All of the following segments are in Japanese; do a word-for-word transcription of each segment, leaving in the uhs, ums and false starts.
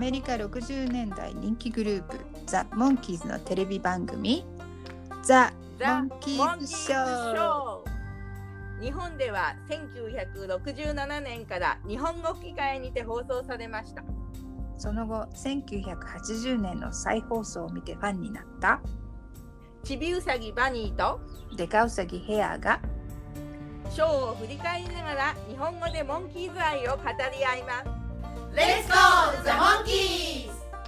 メリカろくじゅうねんだい人気グループザ・モンキーズのテレビ番組ザ・モンキーズショー。 日本ではせんきゅうひゃくろくじゅうななねんから日本語吹き替えにて放送されました。 その後せんきゅうひゃくはちじゅうねんの再放送を見てファンになったちびうさぎバニーとデカウサギヘアがショーを振り返りながら日本語でモンキーズ愛を語り合います。 Let's go the monkeys!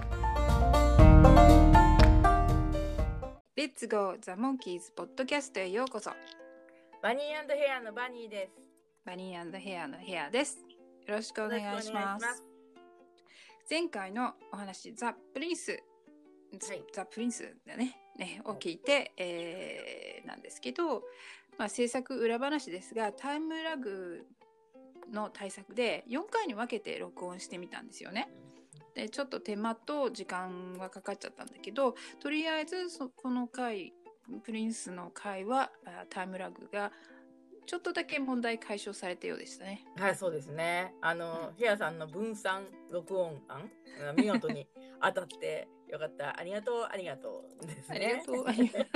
Let's go the monkeys ポッドキャストへようこそ。 バニー&ヘアのバニーです。 バニー&ヘアのヘアです。よろしくお願いします。前回のお話ザ・プリンス、はい、ザ・プリンスだね、ねを聞いて、えー、なんですけど、まあ、制作裏話ですがタイムラグの対策でよんかいに分けて録音してみたんですよね。でちょっと手間と時間はかかっちゃったんだけど、とりあえずそこの回プリンスの回はタイムラグがちょっとだけ問題解消されたようでしたね。 はい、そうですね。あの、うん、ヘアさんの分散録音案見事に当たってよかった。ありがとう、ありがとうですね。 ありがとう、ありがとう。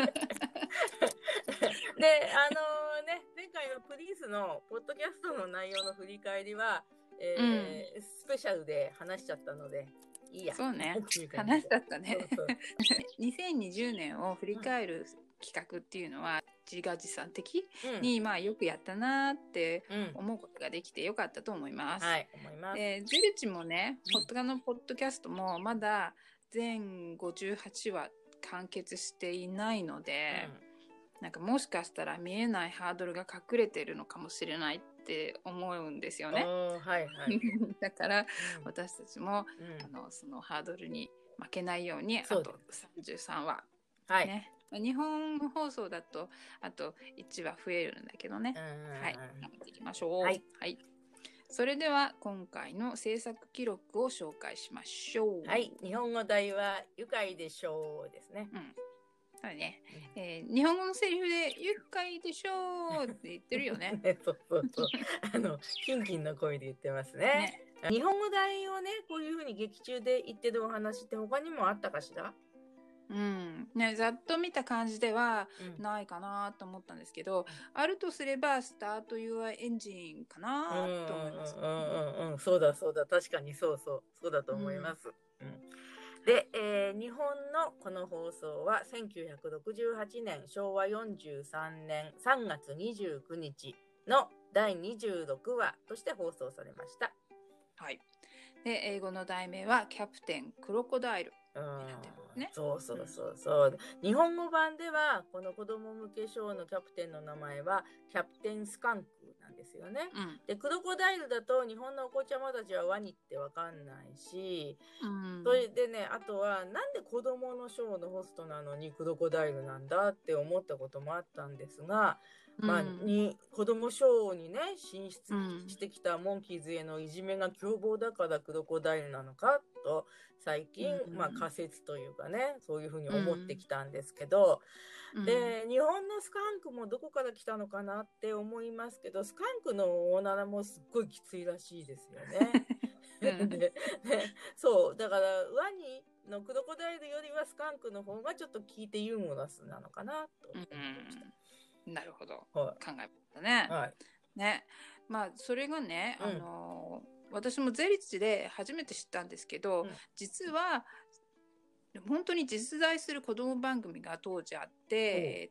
で、あのね、前回のプリンスのポッドキャストの内容の振り返りは、えーうん、スペシャルで話しちゃったので、いいや。 そうね。話しちゃったね。そうそうにせんにじゅうねんを振り返る企画っていうのは、自画自賛的に、うん、まあよくやったなって思うことができてよかったと思います。 うん、はい、思います。 で、ゼルチもね、ポッドカのポッドキャストもまだ全ごじゅうはちわ完結していないので、うんなんかもしかしたら見えないハードルが隠れてるのかもしれないって思うんですよね。 はいはい、 だから、うん、私たちも、うん、あのそのハードルに負けないようにあとさんじゅうさんわ、 はいね、日本放送だとあといちわ増えるんだけどね、はい、頑張っていきましょう。はい、はい、それでは今回の制作記録を紹介しましょう。 はい、日本語題は愉快でしょうですね。 うんそうね、えー、日本語のセリフで愉快でしょうって言ってるよね。 そうそうそう。あのキンキンの声で言ってますね。ね日本語題をねこういう風に劇中で言ってるお話って他にもあったかしら？ うんね、ざっと見た感じではないかなと思ったんですけど、うん、あるとすればスタート Your Engine かなと思います。 うんうんうんうん、そうだそうだ確かにそうそうそうだと思います。うんうんで、えー、日本のこの放送はせんきゅうひゃくろくじゅうはちねんしょうわよんじゅうさんねんさんがつにじゅうくにちのだいにじゅうろくわとして放送されました。 はい。で、英語の題名はキャプテンクロコダイルになってるんですね。 そうそうそうそう。日本語版ではこの子供向けショーのキャプテンの名前はキャプテンスカンクなんですよね。うん、でクロコダイルだと日本のお子ちゃまたちはワニってわかんないし、うん、それでねあとはなんで子供のショーのホストなのにクロコダイルなんだって思ったこともあったんですが、まあ、に子供ショーにね進出してきたモンキーズへのいじめが凶暴だからクロコダイルなのかと最近、うんまあ、仮説というかねそういうふうに思ってきたんですけど、うん、で日本のスカンクもどこから来たのかなって思いますけどスカンクのおならもすっごいきついらしいですよね。うん、ででそうだからワニのクロコダイルよりはスカンクの方がちょっと効いてユーモラスなのかなと思ってました。 うん、なるほど、 はい、 考えましたね。 はい、 ね、まあそれがね、うん、あの私もゼリチで初めて知ったんですけど、うん、実は本当に実在する子供番組が当時あって、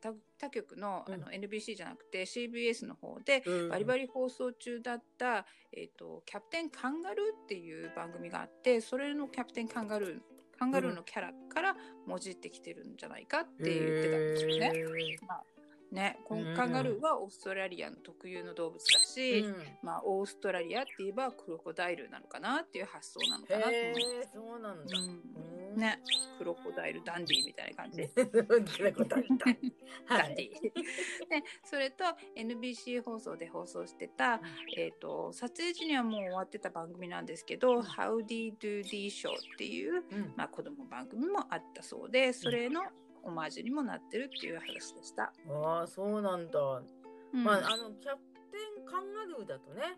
うん、他, 他局 の, あの エヌビーシー じゃなくて シービーエス の方でバリバリ放送中だった、えーと、キャプテンカンガルーっていう番組があってそれのキャプテンカンガルーカンガルーのキャラからもじってきてるんじゃないかって言ってたんですよね。まあね、このカンガルーはオーストラリアの特有の動物だし、うんまあ、オーストラリアって言えばクロコダイルなのかなっていう発想なのかなと思います。 へー、そうなんだ、 うん、ね、クロコダイルダンディみたいな感じでクロコダイルダンディでそれと エヌビーシー 放送で放送してた、えーと、撮影時にはもう終わってた番組なんですけど、うん、Howdy Doody Show っていう、うんまあ、子供番組もあったそうでそれのオマージュにもなってるっていう話でした。 ああそうなんだ、うん、まああのキャプテンカンガルーだとね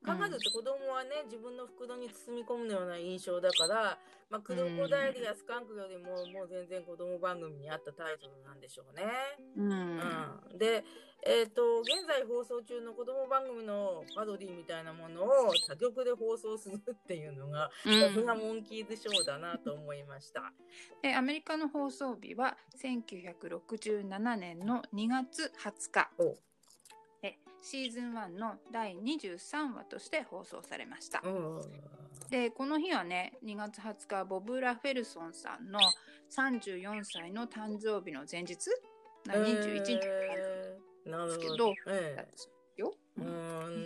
考えると子供はね、自分の袋に包み込むような印象だから、まあ、クロコダイルやスカンクよりも、もう全然子供番組に合ったタイトルなんでしょうね。 うん。 うん、で、えっと、現在放送中の子供番組のパロディみたいなものを他局で放送するっていうのが、さすがモンキーズショーだなと思いました。 で、アメリカの放送日はせんきゅうひゃくろくじゅうななねんのにがつはつか。でシーズンワンのだいにじゅうさんわとして放送されました。でこの日はね、にがつはつかボブ・ラフェルソンさんのさんじゅうよんさいの誕生日の前日、にじゅういちにちなんですけど、 えー、 だったよ。 うん、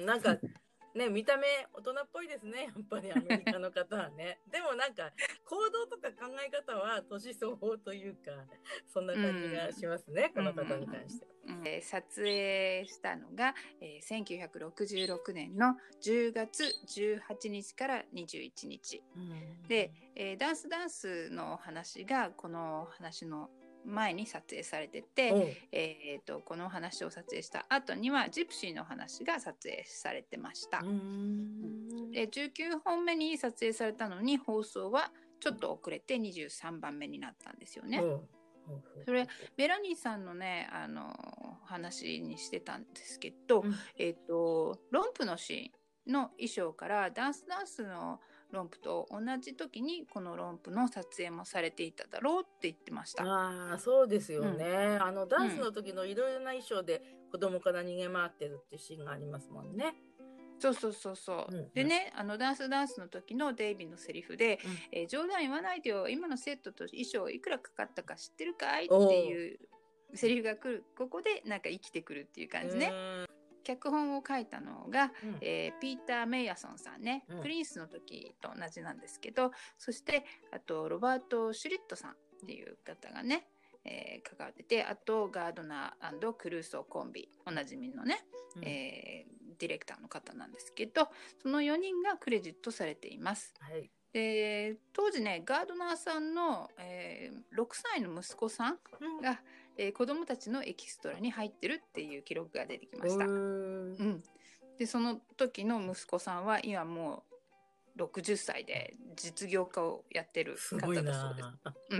なんかね、見た目大人っぽいですね、やっぱりアメリカの方はね。でもなんか行動とか考え方は年相応というか、そんな感じがしますね、うん、この方に関しては。 うんうん、撮影したのが、えー、せんきゅうひゃくろくじゅうろくねんのじゅうがつじゅうはちにちからにじゅういちにち、うん、で、えー、ダンスダンスの話がこの話の前に撮影されてて、えー、とこの話を撮影した後にはジプシーの話が撮影されてました。でじゅうきゅうほんめに撮影されたのに放送はちょっと遅れてにじゅうさんばんめになったんですよね。それメラニーさんのね、あの話にしてたんですけど、うん、えー、とロンプのシーンの衣装からダンスダンスのロンプと同じ時にこのロンプの撮影もされていただろうって言ってました。 ああ、そうですよね、うん、あのダンスの時のいろいろな衣装で子供から逃げ回ってるっていうシーンがありますもんね。 そうそうそうそう、うん、でね、あのダンスダンスの時のデイビーのセリフで、うん、えー、冗談言わないでよ、今のセットと衣装いくらかかったか知ってるかいっていうセリフが来る。ここでなんか生きてくるっていう感じね。脚本を書いたのが、うん、えー、ピーター・メイヤソンさんね、うん、プリンスの時と同じなんですけど、そしてあとロバート・シュリットさんっていう方がね、えー、関わってて、あとガードナー&クルーソーコンビおなじみのね、うん、えー、ディレクターの方なんですけど、そのよにんがクレジットされています。はい、で当時ね、ガードナーさんの、えー、ろくさいの息子さんが、うんえー、子供たちのエキストラに入ってるっていう記録が出てきました。うん、でその時の息子さんは今もうろくじゅっさいで実業家をやってる方だそうです。うん、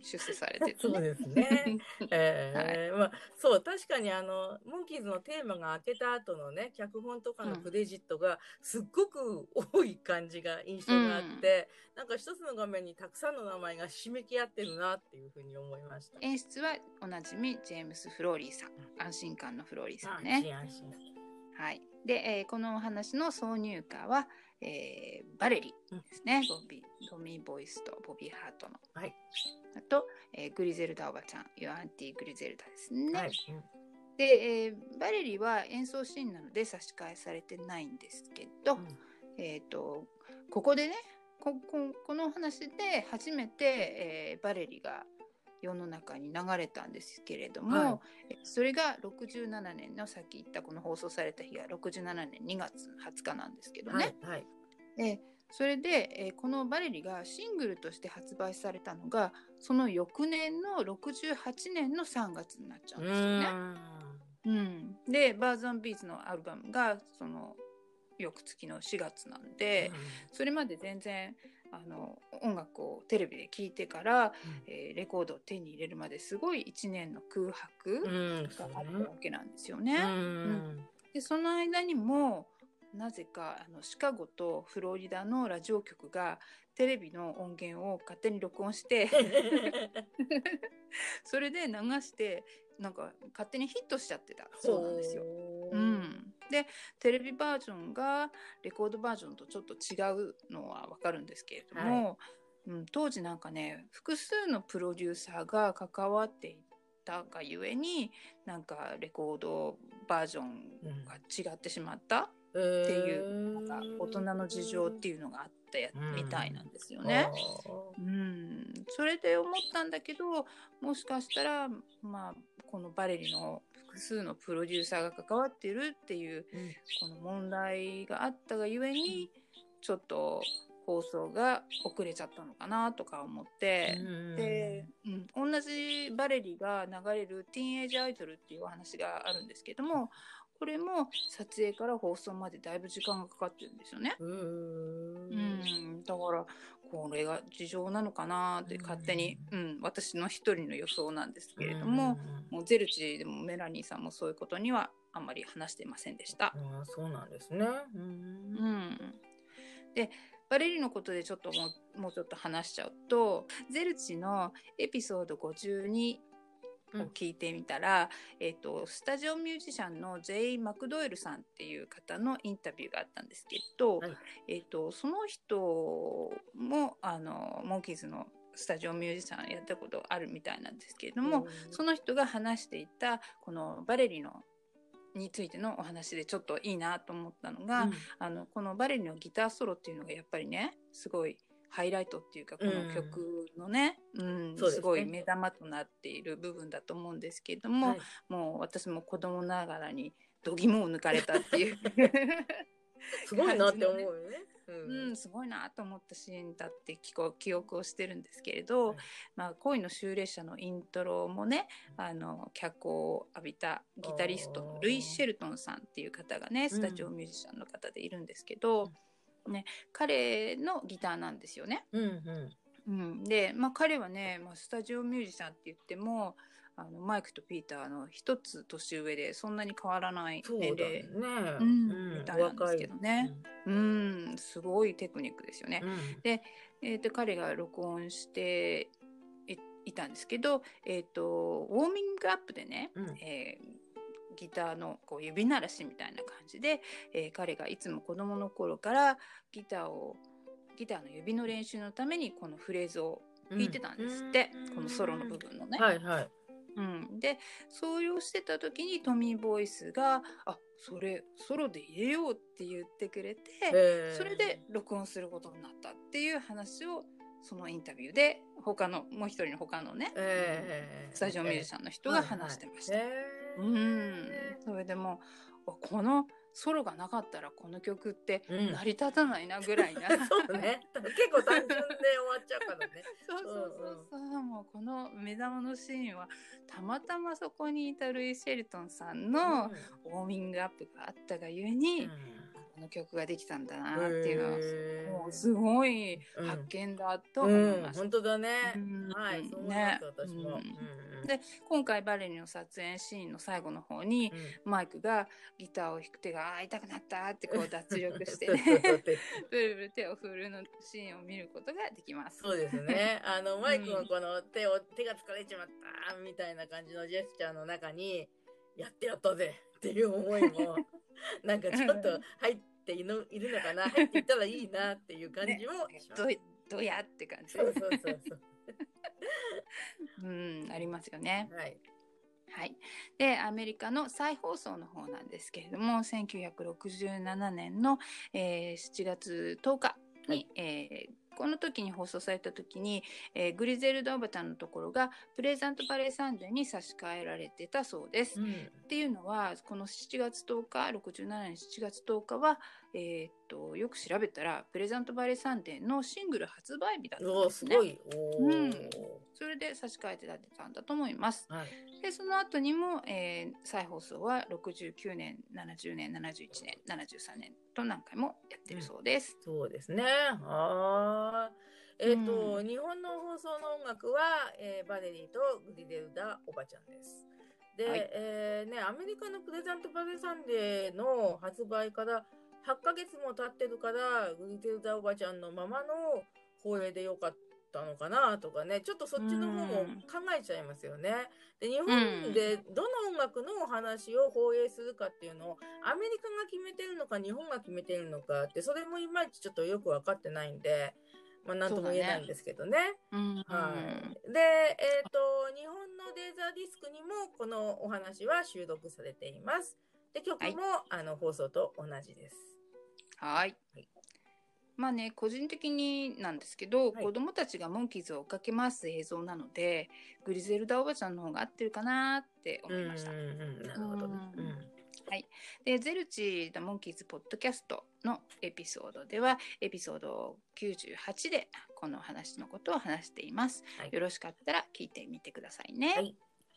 出世されてる、ね、 そうですね。えーはい、まあ、そう確かにあのモンキーズのテーマが開けた後のね、脚本とかのクレジットがすっごく多い感じが印象があって、うん、なんか一つの画面にたくさんの名前がひしめき合ってるなっていうふうに思いました。 演出はおなじみジェームス・フローリーさん、安心感のフローリーさんね。 安心安心。 はい。で、えー、このお話の挿入歌は、えー、バレリーですね、うん、ボビー、ドミー・ボイスとボビー・ハートの、はい、あと、えー、グリゼルダおばちゃん、ユアアンティ・グリゼルダですね、はい、うん、で、えー、バレリーは演奏シーンなので差し替えされてないんですけど、うん、えーと、ここでね、こ, こ, このお話で初めて、えー、バレリーが世の中に流れたんですけれども、はい、それがろくじゅうななねんのさっき言ったこの放送された日がろくじゅうななねんにがつはつかなんですけどね、はいはい、でそれで、えー、このバレリがシングルとして発売されたのがその翌年のろくじゅうはちねんのさんがつになっちゃうんですよね。うん、でバーズ&ビーズのアルバムがその翌月のしがつなんで、うん、それまで全然あの音楽をテレビで聴いてから、うん、えー、レコードを手に入れるまですごいいちねんの空白があったわけなんですよね。うんうん、でその間にもなぜかあのシカゴとフロリダのラジオ局がテレビの音源を勝手に録音してそれで流してなんか勝手にヒットしちゃってたそうなんですよ。うん、でテレビバージョンがレコードバージョンとちょっと違うのは分かるんですけれども、はい、うん、当時なんかね複数のプロデューサーが関わっていたがゆえになんかレコードバージョンが違ってしまったっていう、うん、なんか大人の事情っていうのがあったみたいなんですよね。うん、それで思ったんだけどもしかしたらまあこのバレリの複数のプロデューサーが関わっているっていう、うん、この問題があったがゆえにちょっと放送が遅れちゃったのかなとか思って、うん、で、うん、同じバレリが流れるティーンエイジアイドルっていうお話があるんですけども、これも撮影から放送までだいぶ時間がかかってるんですよね。うーん、うん、だからこれが事情なのかなって勝手に、うん、私の一人の予想なんですけれども、もうゼルチでもメラニーさんもそういうことにはあんまり話していませんでした。 あ、そうなんですね。うん、うん、 でバレリのことでちょっともう、もうちょっと話しちゃうと、ゼルチのエピソードごじゅうにを聞いてみたら、うん、えーと、スタジオミュージシャンのジェイ・マクドエルさんっていう方のインタビューがあったんですけど、はい、えーと、その人もあのモンキーズのスタジオミュージシャンやったことあるみたいなんですけれども、うん、その人が話していたこのバレリのについてのお話でちょっといいなと思ったのが、うん、あのこのバレリのギターソロっていうのがやっぱりねすごいハイライトっていうかこの曲のね、うんうん、すごい目玉となっている部分だと思うんですけれども、はい、もう私も子供ながらに度肝を抜かれたっていうすごいなって思うよね。 うんうん、すごいなと思ったシーンだって記憶をしてるんですけれど、はい、まあ、恋の終列車のイントロもね、あの脚光を浴びたギタリストのルイ・シェルトンさんっていう方がねスタジオミュージシャンの方でいるんですけど、うんね、彼のギターなんですよね。うんうんうん、で、まあ、彼はね、まあ、スタジオミュージシャンって言ってもあのマイクとピーターの一つ年上でそんなに変わらない年齢、ね、うん、みたいなんですけどね、うん、うん、すごいテクニックですよね。うん、で、えーと、彼が録音してい、いたんですけど、えーと、ウォーミングアップでね、うん、えー、ギターのこう指鳴らしみたいな感じで、えー、彼がいつも子供の頃からギターをギターの指の練習のためにこのフレーズを弾いてたんですって、うん、このソロの部分のね。はいはい。うん、でそれをしてた時にトミーボイスがあそれソロで入れようって言ってくれて、それで録音することになったっていう話をそのインタビューで他のもう一人の他のね、スタジオミュージシャンの人が話してました。うん、それでもこのソロがなかったらこの曲って成り立たないなぐらいな、うん、 そうね、結構単純で終わっちゃうからね。 そうそうそうそう、うんうん、もうこの目玉のシーンはたまたまそこにいたルイ・シェルトンさんのウォーミングアップがあったがゆえに、うん、この曲ができたんだなっていうのはもうすごい発見だと思いました。 うんうん、本当だね、うん、はい、そう思います、私も、うんうんうん、で今回バレリの撮影シーンの最後の方に、うん、マイクがギターを弾く手が痛くなったってこう脱力してねブルブル手を振るのシーンを見ることができます。 そうですね、あのマイクのこの手を、うん、手が疲れちまったみたいな感じのジェスチャーの中にやってやったぜっていう思いもなんかちょっと入っているのかな、入っていったらいいなっていう感じもします、 ね、ど, どやって感じ。 そうそうそうそううんありますよね。はいはい、でアメリカの再放送の方なんですけれどもせんきゅうひゃくろくじゅうななねんの、えー、しちがつとおかに、はい、えーこの時に放送された時に、えー、グリゼルドおばちゃんのところがプレゼントバレーサンデーに差し替えられてたそうです、うん、っていうのはこのしちがつとおかろくじゅうななねんしちがつとおかは、えー、っとよく調べたらプレゼントバレーサンデーのシングル発売日だったんですね。 おーすごい。おー、うん、 それで差し替えてたんだと思います、はい、でその後にも、えー、再放送はろくじゅうきゅうねんななじゅうねんななじゅういちねんななじゅうさんねんと何回もやってるそうです、 うん、そうですね。あえーとうん、日本の放送の音楽は、えー、バレリーとグリゼルダおばちゃんです。で、はい、えーね、アメリカのプレゼントバレーサンデーの発売からはっかげつも経ってるからグリゼルダおばちゃんのままの放映でよかったのかなとかね、ちょっとそっちの方も考えちゃいますよね。で日本でどの音楽のお話を放映するかっていうのをアメリカが決めてるのか日本が決めてるのかってそれもいまいちちょっとよく分かってないんで、まあ、なんとも言えないんですけどね。はい、で、えーと、日本のデーザーディスクにもこのお話は収録されています。で曲も、はい、あの放送と同じです。 はい、はい、まあね個人的になんですけど、はい、子供たちがモンキーズを追っかけ回す映像なのでグリゼルダおばちゃんの方が合ってるかなって思いました。うんうん、なるほどね。うんはい、 でゼルチ・ザ・モンキーズ・ポッドキャストのエピソードではエピソードきゅうじゅうはちでこの話のことを話しています、はい、よろしかったら聞いてみてくださいね、はい。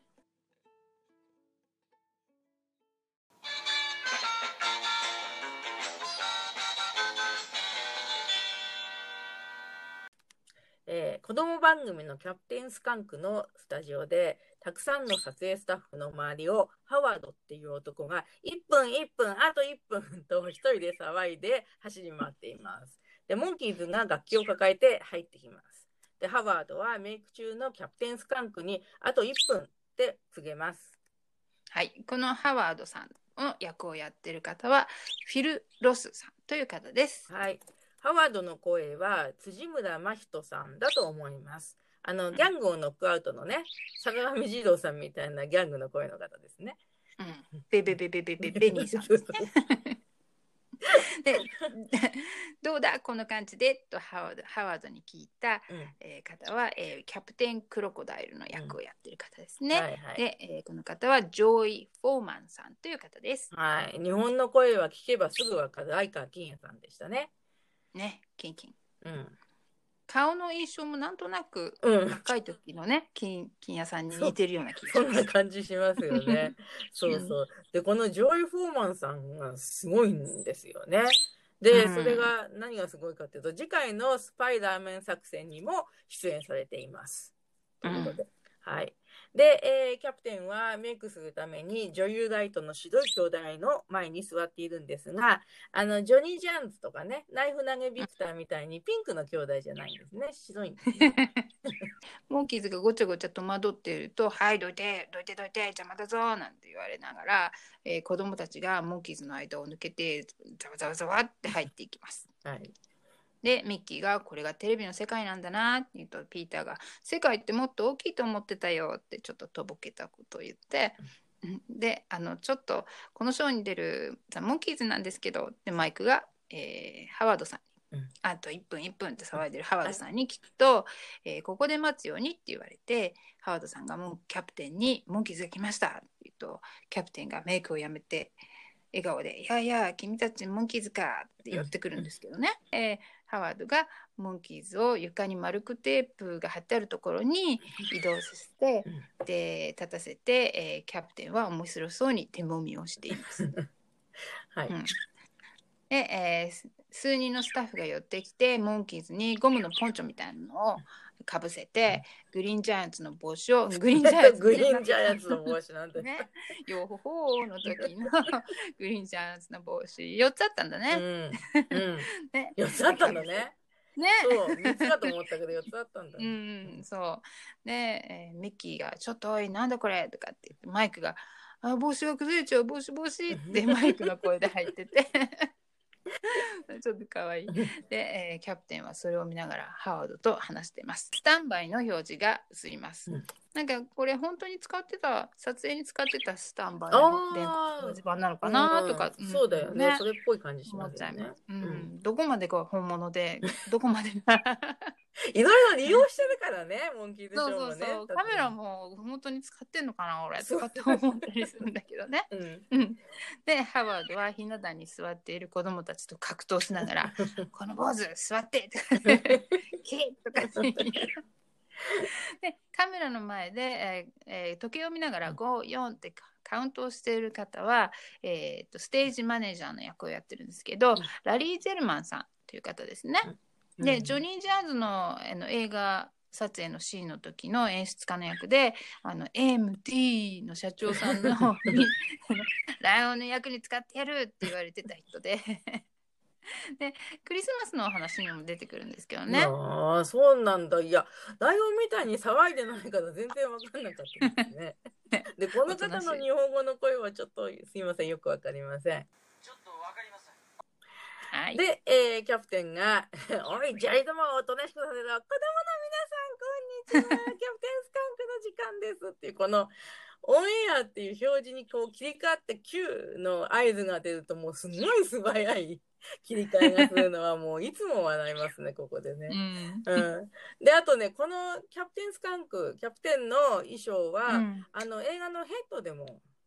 えー、子供番組のキャプテンスカンクのスタジオでたくさんの撮影スタッフの周りをハワードっていう男がいっぷんいっぷんあといっぷんと一人で騒いで走り回っています。でモンキーズが楽器を抱えて入ってきます。でハワードはメイク中のキャプテンスカンクにあといっぷんって告げます。 はい、このハワードさんの役をやっている方はフィル・ロスさんという方です。 はい、ハワードの声は辻村真人さんだと思います。あのギャングをノックアウトのね、坂上二郎さんみたいなギャングの声の方ですね。 うん、ベベベベベベベニーさんですね。でどうだこの感じでとハワード、ハワードに聞いた、うんえー、方は、えー、キャプテンクロコダイルの役をやってる方ですね。うんはいはい、で、えー、この方はジョイ・フォーマンさんという方です。 はい、日本の声は聞けばすぐわかる相川金也さんでしたね。 ね、キンキン。 うん。 顔の印象もなんとなく、うん、若い時のね金金谷さんに似てるような気がします。 そんな感じしますよね。そうそう。でこのジョイ・フォーマンさんがすごいんですよね。で、うん、それが何がすごいかというと次回のスパイダーマン作戦にも出演されています。ということで、うん、はい。で、えー、キャプテンはメイクするために女優ライトの白い兄弟の前に座っているんですが、あのジョニー・ジャーンズとかね、ナイフ投げビクターみたいにピンクの兄弟じゃないんですね。白いんですね。 モンキーズがごちゃごちゃ戸惑っていると、はい、どいて、どいてどいて、邪魔だぞなんて言われながら、えー、子供たちがモンキーズの間を抜けて、ざわざわざわって入っていきます。 はい。 でミッキーがこれがテレビの世界なんだなって言うとピーターが世界ってもっと大きいと思ってたよってちょっととぼけたことを言って、うん、であのちょっとこのショーに出るザ・モンキーズなんですけどでマイクが、えー、ハワードさんに、うん、あといっぷんいっぷんって騒いでるハワードさんに聞くと、えー、ここで待つようにって言われてハワードさんがもうキャプテンにモンキーズが来ましたって言うとキャプテンがメイクをやめて笑顔でいやいや君たちモンキーズかって寄ってくるんですけどね、うんえーハワードがモンキーズを床にマルクテープが貼ってあるところに移動させて、うん、で立たせて、えー、キャプテンは面白そうに手もみをしています。 はいうん、 で、えー、数人のスタッフが寄ってきてモンキーズにゴムのポンチョみたいなのをかぶせて、うん、グリーンジャイアンツの帽子をグリーンジャイアンツグリーンジャイアンツの帽子なんでねヨホホーの時のグリーンジャイアンツの帽子よっつあったんだね、うんうんね、よっつあったんだねねそうみっつかと思ったけどよっつあったんだ、ね、 うんそうで、えー、ミッキーがちょっとおいなんだこれとかって言ってマイクがあ帽子が崩れちゃう帽子帽子ってマイクの声で入っててちょっとかわいいで、えー、キャプテンはそれを見ながらハワードと話しています。スタンバイの表示が映ります、うん、なんかこれ本当に使ってた撮影に使ってたスタンバイの電光表示板なのかなとか、 うん、そうだよね、ねそれっぽい感じしますよね、 うんうん、どこまでが本物でどこまでいろいろ利用してるからねモンキーズショーもねそうそうそうカメラも本当に使ってんのかな俺とかって思ったりするんだけどね、うん、でハワードはひな壇に座っている子供たちと格闘しながらこの坊主座ってとかキーとかってでカメラの前で、えーえー、時計を見ながらご、よんってカウントをしている方は、えー、とステージマネージャーの役をやってるんですけど、うん、ラリー・ゼルマンさんという方ですね、うん、でジョニー・ジャーズ の, あの映画撮影のシーンの時の演出家の役であの エーエムティー の社長さんのライオンの役に使ってやるって言われてた人ででクリスマスのお話にも出てくるんですけどね。 ああそうなんだ。いやライオンみたいに騒いでないから全然わかんなかったですね。でこの方の日本語の声はちょっとすいませんよくわかりません。 ちょっとわかりません。 はい、 で、えー、キャプテンがおいジャイどもをおとなしくさせろ子供の皆さんこんにちはキャプテンスカンクの時間ですっていうこのオンエアっていう表示にこう切り替わって キュー の合図が出るともうすごい素早い切り替えがするのはもういつも笑いますねここでね、うんうん、であとねこのキャプテンスカンクキャプテンの衣装は、うん、あの映画のヘッドでも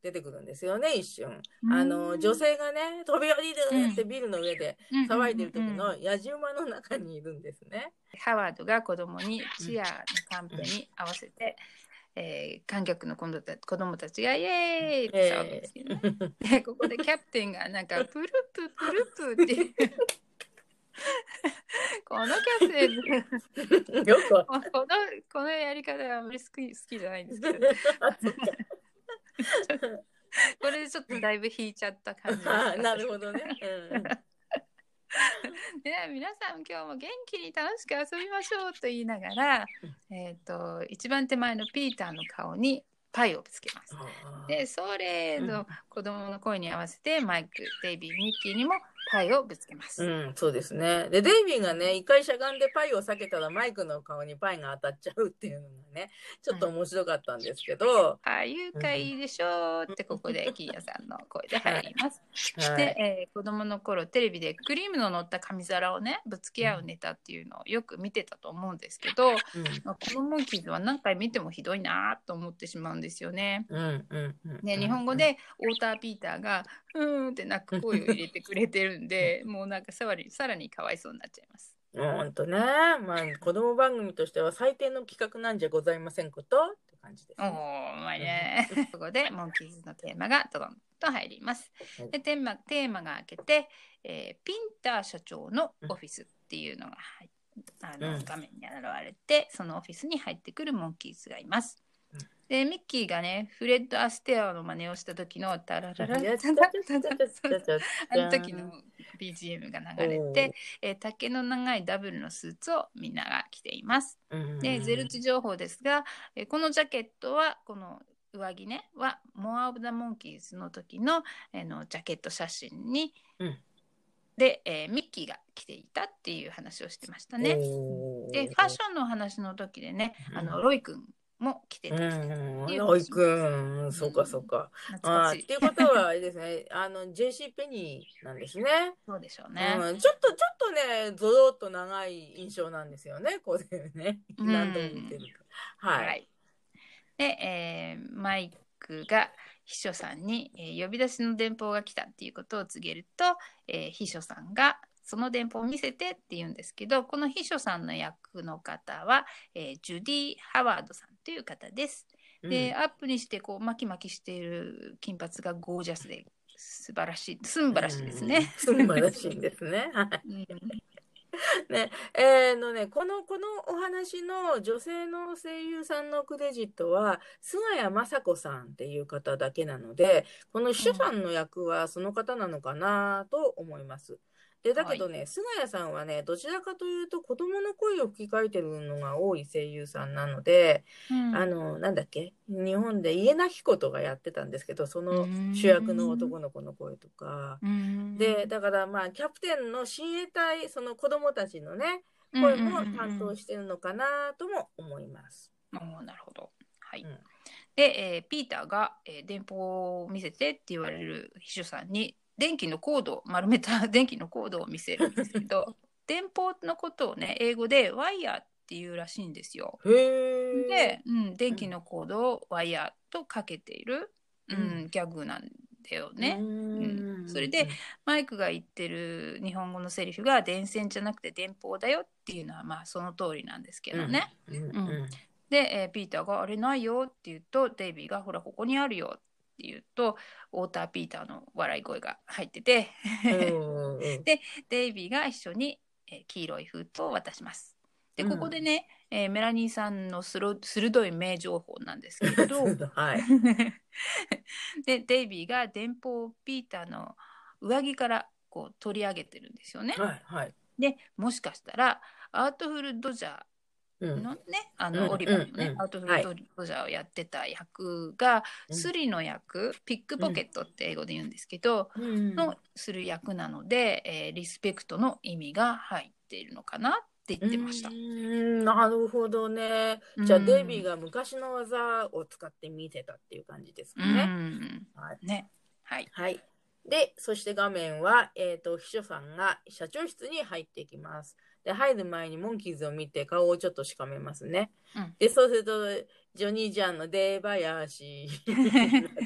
出てくるんですよね、一瞬。あの、女性がね、飛び降りるってビルの上で騒いでる時の野じ馬の中にいるんですね。 ハワードが子供にチアのカンペに合わせて、えー、観客の子供たちがイエーイって騒ぐんですけどね。えー、でここでキャプテンがなんかプルププルプっていうこのキャプテンよくこのこのやり方はあんまり好き好きじゃないんですけどこれでちょっとだいぶ引いちゃった感じあなるほどね、うんで皆さん今日も元気に楽しく遊びましょうと言いながら、えー、と一番手前のピーターの顔にパイをぶつけます。でそれの子供の声に合わせてマイク、デイビー、ミッキーにもパイをぶつけます。 うん、そうですね。でデイビーがね一回しゃがんでパイを避けたらマイクの顔にパイが当たっちゃうっていうのがねちょっと面白かったんですけど、 ああいうかいいでしょうってここでキーヤさんの声で入ります。はい、で、えー、子供の頃テレビでクリームの乗った紙皿をねぶつけ合うネタっていうのをよく見てたと思うんですけど、うん、まあ、このモンキーズは何回見てもひどいなと思ってしまうんですよね。うんうんうん、で日本語でウォーターピーターがふーんって泣く声を入れてくれてるんでもうなんかさらにさらにかわいそうになっちゃいます。 ほんとね、まあ子供番組としては最低の企画なんじゃございませんことって感じです、ね。 おー、まあね。ここでモンキーズのテーマがドドンと入ります。でテーマテーマが明けて、えー、ピンター社長のオフィスっていうのが入あの、うん、画面に現れてそのオフィスに入ってくるモンキーズがいます。でミッキーがねフレッド・アステアの真似をした時のタラララタタタあの時の ビージーエム が流れて、えー、丈の長いダブルのスーツをみんなが着ています。でゼルチ情報ですが、えー、このジャケットはこの上着ねはモア・オブ・ザ・モンキーズの時の、えー、のジャケット写真に、うん、で、えー、ミッキーが着ていたっていう話をしてましたね。でファッションの話の時でねあのロイ君も来てた。 ロイ君、そうかそうか。あっていうことはあれですね、あの ジェーシー ペニーなんですね。 そうでしょうね。 うん、ちょっとちょっとね、ゾロっと長い印象なんですよね、これね。何度も見てると。はい。はい、 で、えー、マイクが秘書さんに、えー、呼び出しの電報が来たっていうことを告げると、えー、秘書さんがその電報を見せてって言うんですけど、この秘書さんの役の方は、えー、ジュディ・ハワードさんという方です。うん、でアップにしてこう巻き巻きしている金髪がゴージャスで素晴らしい、すんばらしいですね。 すんばらしいんですね。ね、えー、のね、この、このお話の女性の声優さんのクレジットは、菅谷雅子さんっていう方だけなので、この秘書さんの役はその方なのかなと思います。で、だけどね、はい、菅谷さんはね、どちらかというと子供の声を吹き替えてるのが多い声優さんなので、うん、あの、なんだっけ、日本で家なきことがやってたんですけど、その主役の男の子の声とか、で、だからまあ、キャプテンの親衛隊、その子供たちのね、声も担当してるのかなとも思います。 うんうんうん、なるほど。はい。うん、で、えー、ピーターが、えー、電報を見せてって言われる秘書さんに、電気のコードを丸めた電気のコードを見せるんですけど電報のことをね英語でワイヤーっていうらしいんですよ。 へー。 で、うん、電気のコードをワイヤーとかけている、うんうん、ギャグなんだよね。うん、それでマイクが言ってる日本語のセリフが電線じゃなくて電報だよっていうのはまあその通りなんですけどね。うんうんうん、で、えー、ピーターがあれないよって言うとデイビーがほらここにあるよって言うとウォーターピーターの笑い声が入っててでデイビーが一緒に、えー、黄色い封筒を渡します。でここでね、うんえー、メラニーさんのすろ鋭い名情報なんですけれど、はい、でデイビーが電報をピーターの上着からこう取り上げてるんですよね。 はいはい、 でもしかしたらアートフル・ドジャーのね、うん、あの、うん、オリバーのね、うん、アウトフルドジャーをやってた役が、うん、スリの役、ピックポケットって英語で言うんですけど、うん、のする役なので、えー、リスペクトの意味が入っているのかなって言ってました。 うん、なるほどね。じゃあ、うん、デイビーが昔の技を使って見せたっていう感じですかね。 うん、はい、ね。はい。 はい。 で、そして画面は、えっと、秘書さんが社長室に入っていきます。で、入る前にモンキーズを見て顔をちょっとしかめますね。うん、で、そうすると、ジョニー・ジャンの出囃子になって、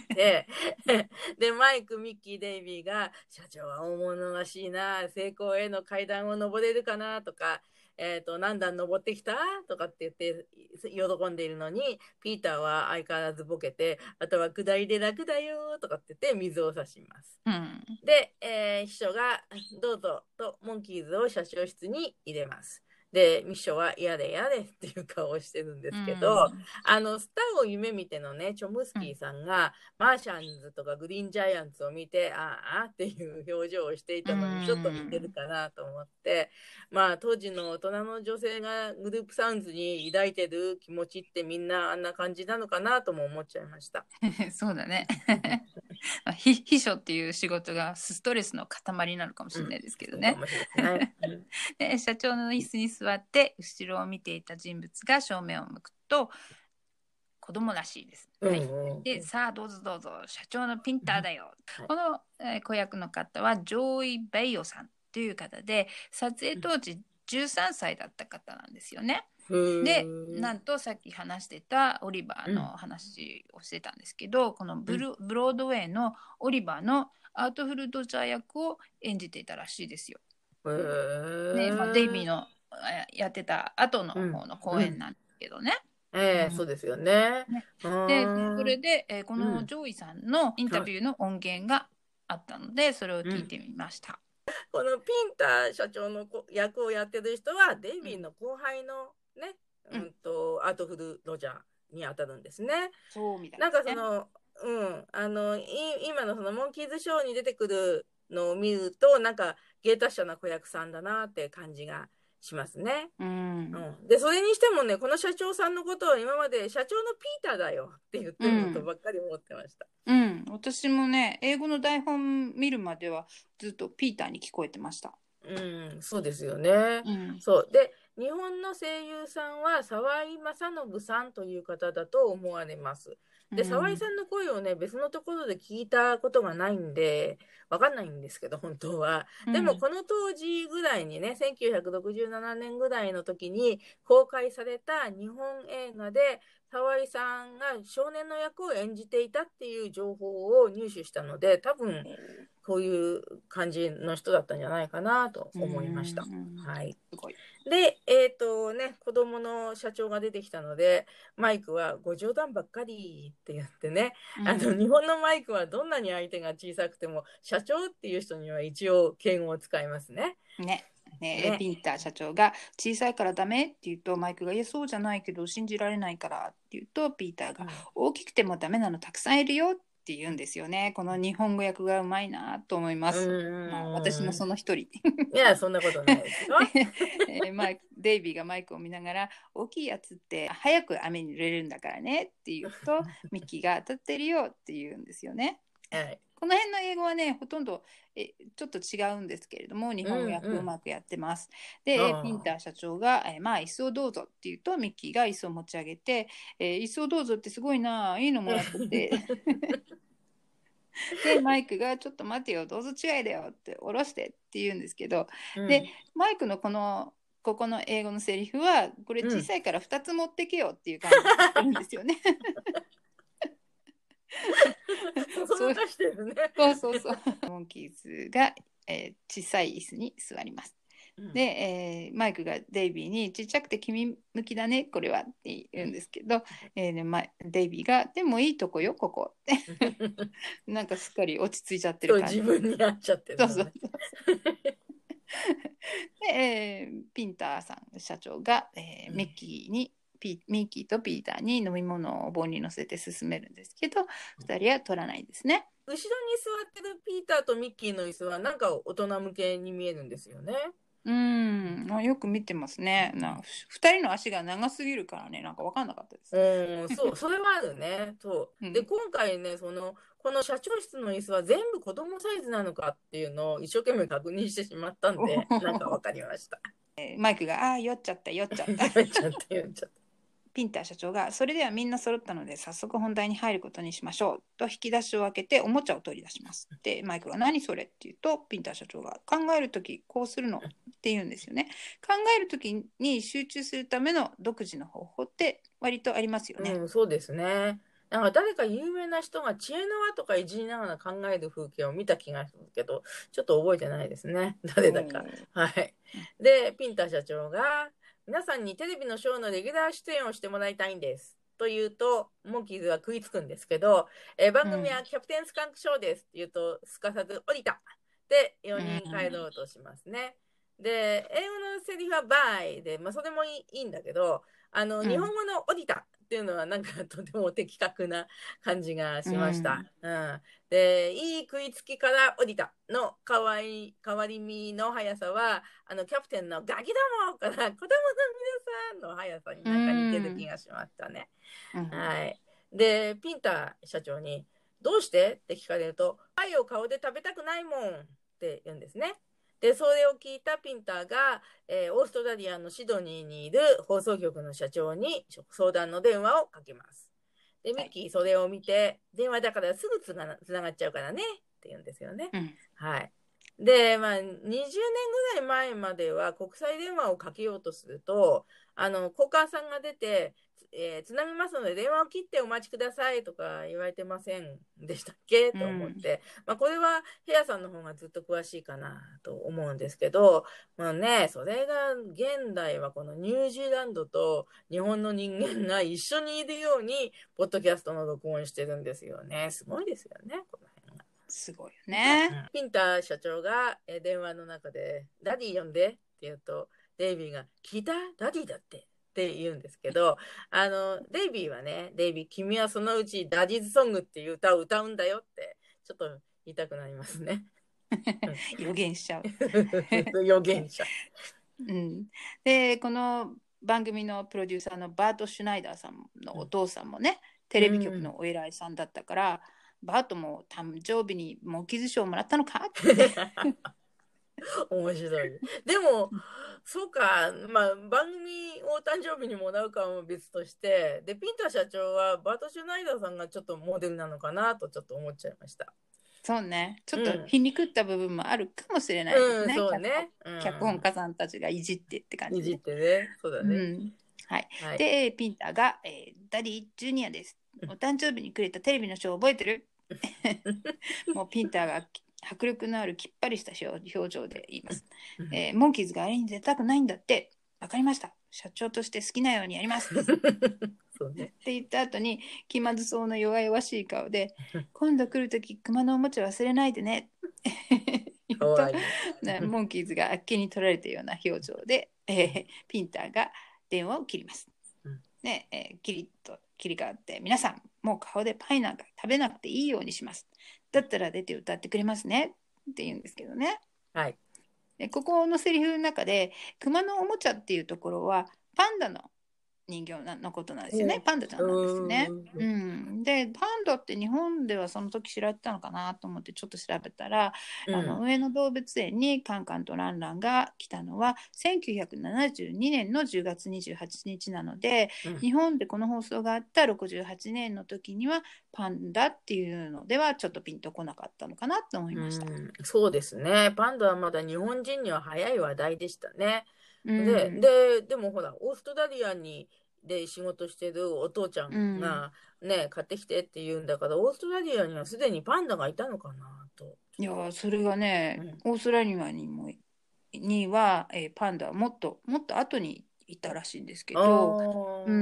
で、マイク、ミッキー、デイビーが、社長は大物らしいな、成功への階段を登れるかな、とか、えっと、何段登ってきたとかって言って喜んでいるのに、ピーターは相変わらずボケて、あとは下りで楽だよとかって言って水を差します。うん、で、えー、秘書がどうぞとモンキーズを社長室に入れます。で、秘書は嫌で嫌でっていう顔をしてるんですけど、うん、あの、スターを夢見てのね、チョムスキーさんが、うん、マーシャンズとかグリーンジャイアンツを見て、ああっていう表情をしていたのに、ちょっと似てるかなと思って、うん、まあ、当時の大人の女性がグループサウンズに抱いてる気持ちってみんなあんな感じなのかなとも思っちゃいました。 そうだね。秘書っていう仕事がストレスの塊なのかもしれないですけどね。うんねで社長の椅子に座って後ろを見ていた人物が正面を向くと子供らしいです。はい、でさあどうぞどうぞ社長のピンターだよ。うん、この、えー、子役の方はジョイ・ベイオさんという方で撮影当時じゅうさんさいだった方なんですよね。でなんとさっき話してたオリバーの話をしてたんですけど、うん、このブル、ブロードウェイのオリバーのアートフルドジャー役を演じていたらしいですよ。ねまあ、デイビーのやってた後の方の公演なんですけどね。 うんうんえーうん、そうですよね。ねでそれで、えー、このジョイさんのインタビューの音源があったので、それを聞いてみました。 うん、このピンター社長の役をやってる人はデイビーの後輩のね、うんうんとアートフルドジャーに当たるんですね。 そうみたいですね。なんかその、うん、あのい今のそのモンキーズショーに出てくるのを見るとなんか芸達者な子役さんだなって感じがしますね。うんうん、でそれにしてもねこの社長さんのことを今まで社長のピーターだよって言ってるのとばっかり思ってました。 うん、うん、私もね英語の台本見るまではずっとピーターに聞こえてました。 うん、そうですよね。うん、そうで日本の声優さんは沢井正信さんという方だと思われます。で沢井さんの声をね別のところで聞いたことがないんでわかんないんですけど本当は、うん、でもこの当時ぐらいにねせんきゅうひゃくろくじゅうななねんぐらいの時に公開された日本映画で沢井さんが少年の役を演じていたっていう情報を入手したので多分こういう感じの人だったんじゃないかなと思いました。はい。すごい。で、えっとね、子供の社長が出てきたので、マイクはご冗談ばっかりって言ってね、うん、あの日本のマイクはどんなに相手が小さくても社長っていう人には一応敬語を使いますね。 ね。ね、ピンター社長が小さいからダメって言うとマイクがいやそうじゃないけど信じられないからって言うとピーターが、うん、大きくてもダメなのたくさんいるよって言うんですよね。この日本語訳がうまいなと思います。まあ、私もその一人。いやそんなことないですよ。 えマイクデイビーがマイクを見ながら大きいやつって早く雨に濡れるんだからねって言うとミッキーが当たってるよって言うんですよね。はいこの辺の英語はねほとんどえちょっと違うんですけれども日本語訳うまくやってます。うんうん、でピンター社長が、えまあ椅子をどうぞって言うとミッキーが椅子を持ち上げて、えー、椅子をどうぞってすごいないいのもらっててでマイクがちょっと待てよどうぞ違いだよって下ろしてって言うんですけど、うん、でマイクのこのここの英語のセリフはこれ小さいからふたつ持ってけよっていう感じで言ってるんですよね。 そうしてるね。 そうそうそう。モンキーズが、えー、小さい椅子に座ります。うん、で、えー、マイクがデイビーにちっちゃくて君向きだねこれはって言うんですけど、えーねま、デイビーがでもいいとこよここってなんかすっかり落ち着いちゃってる感じ。 自分になっちゃってる、ね。そうそうそうで、えー、ピンターさん社長が、えー、ミッキーにピミッキーとピーターに飲み物を盆に乗せて進めるんですけどふたりは取らないですね。 後ろに座ってるピーターとミッキーの椅子はなんか大人向けに見えるんですよね。 うんよく見てますね。なんふたりの足が長すぎるからねなんか分かんなかったです。 うんそうそれはあるね。そうで、うん、今回ねそのこの社長室の椅子は全部子供サイズなのかっていうのを一生懸命確認してしまったんでなんか分かりました。 マイクがあー酔っちゃった酔っちゃった酔っちゃった酔っちゃったピンター社長が、それではみんな揃ったので早速本題に入ることにしましょうと引き出しを開けておもちゃを取り出します。でマイクロは何それって言うと、ピンター社長が考えるときこうするのって言うんですよね。考えるときに集中するための独自の方法って割とありますよね。 うん、そうですね。なんか誰か有名な人が知恵の輪とかいじりながら考える風景を見た気がするけど、ちょっと覚えてないですね。誰だか。はい。で、ピンター社長が、皆さんにテレビのショーのレギュラー出演をしてもらいたいんです。と言うと、モンキーズは食いつくんですけど、えー番組はキャプテンスカンクショーですって言うと、すかさず降りた。で、よにん帰ろうとしますね。で、英語のセリフはバイで、まあそれもいい、いいんだけど、あの、日本語の降りたっていうのはなんかとても的確な感じがしました。うん。うん、で、いい食いつきから降りたのかわい、変わり身の速さは、あの、キャプテンのガキどもから子供の皆さんの速さになんか似てる気がしましたね。うん、はい。で、ピンター社長に、どうしてって聞かれると、パイを顔で食べたくないもんって言うんですね。で、それを聞いたピンターが、えー、オーストラリアのシドニーにいる放送局の社長に相談の電話をかけます。で、ミッキーそれを見て、はい、電話だからすぐつながっちゃうからねって言うんですよね。うん、はい。で、まあ、にじゅうねんぐらい前までは国際電話をかけようとすると、あの、交換さんが出て、えー、つなぎますので電話を切ってお待ちくださいとか言われてませんでしたっけと思って、うん、まあこれはヘアさんの方がずっと詳しいかなと思うんですけど、まあね、それが現代はこのニュージーランドと日本の人間が一緒にいるようにポッドキャストの録音してるんですよね。すごいですよね、この辺が。 すごいよね。 うん、ピンター社長が電話の中でダディ呼んでって言うと、デイビーが聞いた？ダディだってって言うんですけど、あの、デイビーはね、デイビー、君はそのうちダディズソングっていう歌を歌うんだよって、ちょっと言いたくなりますね。 予言しちゃう。 予言者。 うん。で、この番組のプロデューサーのバート・シュナイダーさんのお父さんもね、うん、テレビ局のお偉いさんだったから、うん、バートも誕生日にモンキーズ賞をもらったのかって面白い。でも、そうか、まあ、番組を誕生日にもらうかも別として、で、ピンター社長はバート・シュナイダーさんがちょっとモデルなのかなとちょっと思っちゃいました。 そうね。ちょっと皮肉った部分もあるかもしれないですね。 うん、そうね。 脚, 脚本家さんたちがいじってって感じで。いじってね。そうだね。うん、 はい。はい、で、ピンターが、えー、ダディ・ジュニアです。お誕生日にくれたテレビのショー覚えてるもうピンターが迫力のあるきっぱりした表情で言います、えー、モンキーズがあれに出たくないんだって。わかりました。社長として好きなようにやりますそうね、って言った後に気まずそうな弱々しい顔で今度来るとき熊のおもちゃ忘れないでね言うとね、モンキーズがあっけに取られたような表情で、えー、ピンターが電話を切ります、ねえー、キリッと切り替わって皆さんもう顔でパイなんか食べなくていいようにします。だったら出て歌ってくれますねって言うんですけどね。 はい。 でここのセリフの中で熊のおもちゃっていうところはパンダの人形のことなんですよね、うん、パンダちゃんなんですよね、うん、でパンダって日本ではその時知られてたのかなと思ってちょっと調べたら、うん、あの上野動物園にカンカンとランランが来たのはせんきゅうひゃくななじゅうにねんのじゅうがつにじゅうはちにちなので、うん、日本でこの放送があったろくじゅうはちねんの時にはパンダっていうのではちょっとピンとこなかったのかなと思いました、うん、 そうですね。パンダはまだ日本人には早い話題でしたね。で、うん、で、でもほら、オーストラリアにで仕事してるお父ちゃんがね、うん、買ってきてって言うんだから、オーストラリアにはすでにパンダがいたのかなと。 いや、それがね、うん、オーストラリアにもには、えー、パンダはもっともっと後にいたらしいんですけど、うん、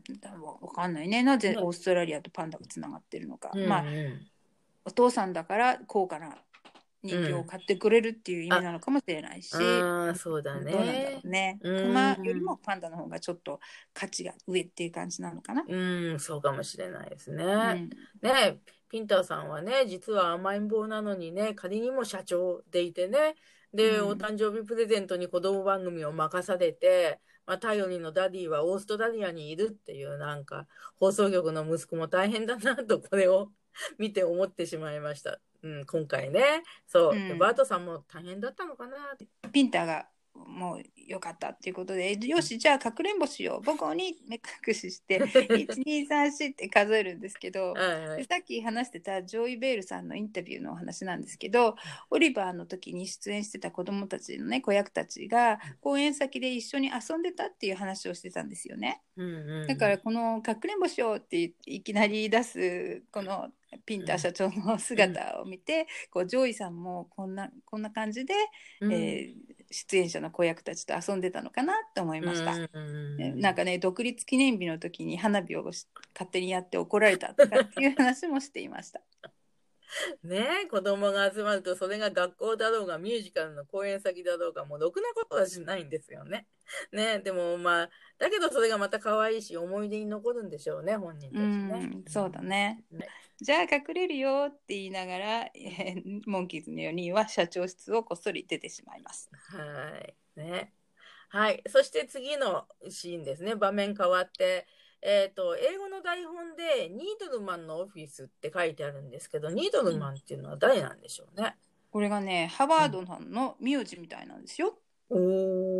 わかんないね。なぜオーストラリアとパンダがつながってるのか。うん、まあ、お父さんだから高価な人形を買ってくれるっていう意味なのかもしれないし、 うん、あそうだね。 どうなんだろうね。熊よりもパンダの方がちょっと価値が上っていう感じなのかな。 うん、そうかもしれないですね。うん、ね、ピンターさんはね、実は甘えん坊なのにね、仮にも社長でいてね、で、うん、お誕生日プレゼントに子供番組を任されて、まあ、頼りのダディはオーストラリアにいるっていうなんか放送局の息子も大変だなとこれを見て思ってしまいました。うん、今回ね。そう、うん、バートさんも大変だったのかな。 ピンターがもうよかったっていうことで、よしじゃあかくれんぼしよう、母校に目隠ししていちにさんよんって数えるんですけど、はいはい、でさっき話してたジョイ・ベールさんのインタビューのお話なんですけど、オリバーの時に出演してた子どもたちのね子役たちが公演先で一緒に遊んでたっていう話をしてたんですよね、うんうんうん、だからこのかくれんぼしようっていきなり出すこのピンター社長の姿を見て、うん、こうジョイさんもこんなこんな感じで、うんえー、出演者の子役たちと遊んでたのかなと思いました、うんうん、なんかね独立記念日の時に花火を勝手にやって怒られたとかっていう話もしていましたねえ、子供が集まるとそれが学校だろうがミュージカルの公演先だろうがもうろくなことはしないんですよね。ねえ、でもまあだけどそれがまた可愛いし思い出に残るんでしょうね、本人たちね。 うんそうだね、ねじゃあ隠れるよって言いながら、えー、モンキーズのよにんは社長室をこっそり出てしまいます。 はいね。はい。そして次のシーンですね。場面変わって。えっと、英語の台本でニードルマンのオフィスって書いてあるんですけど、ニードルマンっていうのは誰なんでしょうね。 これがね、ハワードさんの名字みたいなんですよ。うん、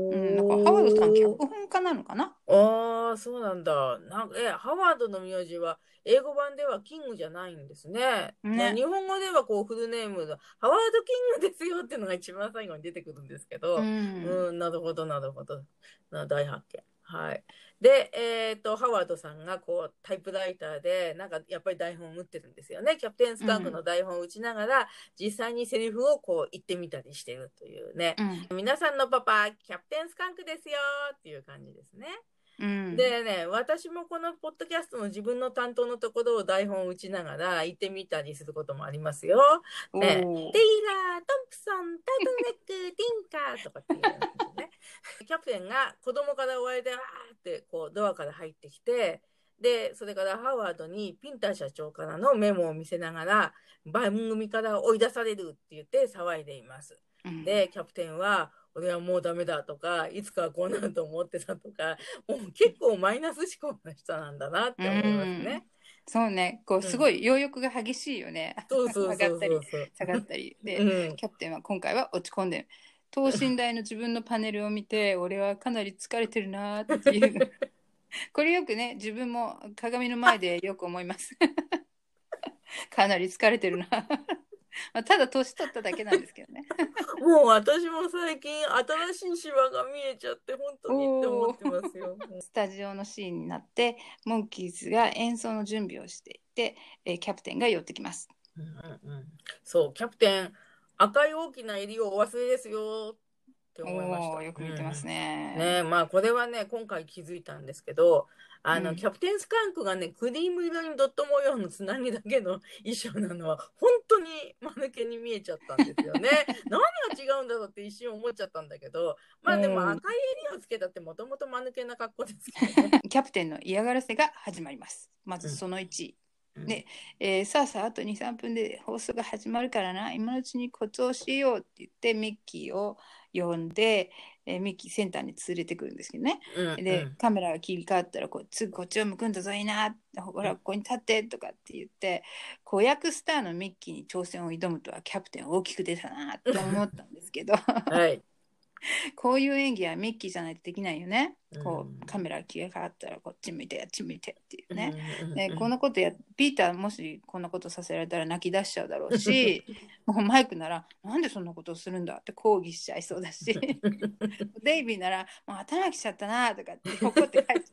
うん、だからハワードさん脚本家なのかな。 ああ、そうなんだ。なんかえハワードの名字は英語版ではキングじゃないんですね。ね日本語ではこうフルネームのハワードキングですよっていうのが一番最後に出てくるんですけど、うん、うん、なるほどなるほど。な大発見。はい。で、えっと、ハワードさんがこうタイプライターで、なんかやっぱり台本を打ってるんですよね。キャプテンスカンクの台本を打ちながら、うん、実際にセリフをこう言ってみたりしてるというね。うん、皆さんのパパ、キャプテンスカンクですよっていう感じですね。うん、でね、私もこのポッドキャストの自分の担当のところを台本を打ちながら言ってみたりすることもありますよ。ね、テイラー、トンプソン、タブネック、ティンカーとかっていうね。キャプテンが子供から追われてわーってこうドアから入ってきて、でそれからハワードにピンター社長からのメモを見せながら番組から追い出されるって言って騒いでいます。うん、でキャプテンは俺はもうダメだとかいつかはこうなると思ってたとか、もう結構マイナス思考な人なんだなって思いますね。 そうね、こうすごい両翼が激しいよね。 そうそうそうそう上がったり下がったりで、うん、キャプテンは今回は落ち込んで等身大の自分のパネルを見て俺はかなり疲れてるなっていうこれよくね自分も鏡の前でよく思いますかなり疲れてるなまあただ年取っただけなんですけどねもう私も最近新しいシワが見えちゃって本当にって思ってますよスタジオのシーンになってモンキーズが演奏の準備をしていて、えー、キャプテンが寄ってきます、 うんうんうん、そうキャプテン赤い大きな襟をお忘れですよって思いました。 よく見てますね。 うん、ねまあこれはね今回気づいたんですけど、あの、うん、キャプテンスカンクがねクリーム色にドット模様のつなぎだけの衣装なのは本当に間抜けに見えちゃったんですよね。何が違うんだろうって一瞬思っちゃったんだけど、まあでも赤い襟をつけたってもともと間抜けな格好ですけどね。 キャプテンの嫌がらせが始まります。まずそのいち。うんでえー、さあさああと にさんぷんで放送が始まるからな今のうちにコツをしようって言ってミッキーを呼んで、えー、ミッキーセンターに連れてくるんですけどね、うん、で、うん、カメラが切り替わったらこうすぐこっちを向くんだぞいいなほらここに立ってとかって言って子役スターのミッキーに挑戦を挑むとはキャプテン大きく出たなって思ったんですけど、はいこういう演技はミッキーじゃないとできないよね。こうカメラが切り替わったらこっち向いてあっち向いてっていうね。でこんなことやピーターもしこんなことさせられたら泣き出しちゃうだろうしもうマイクならなんでそんなことをするんだって抗議しちゃいそうだしデイビーならもう頭泣きしちゃったなとかって怒って帰って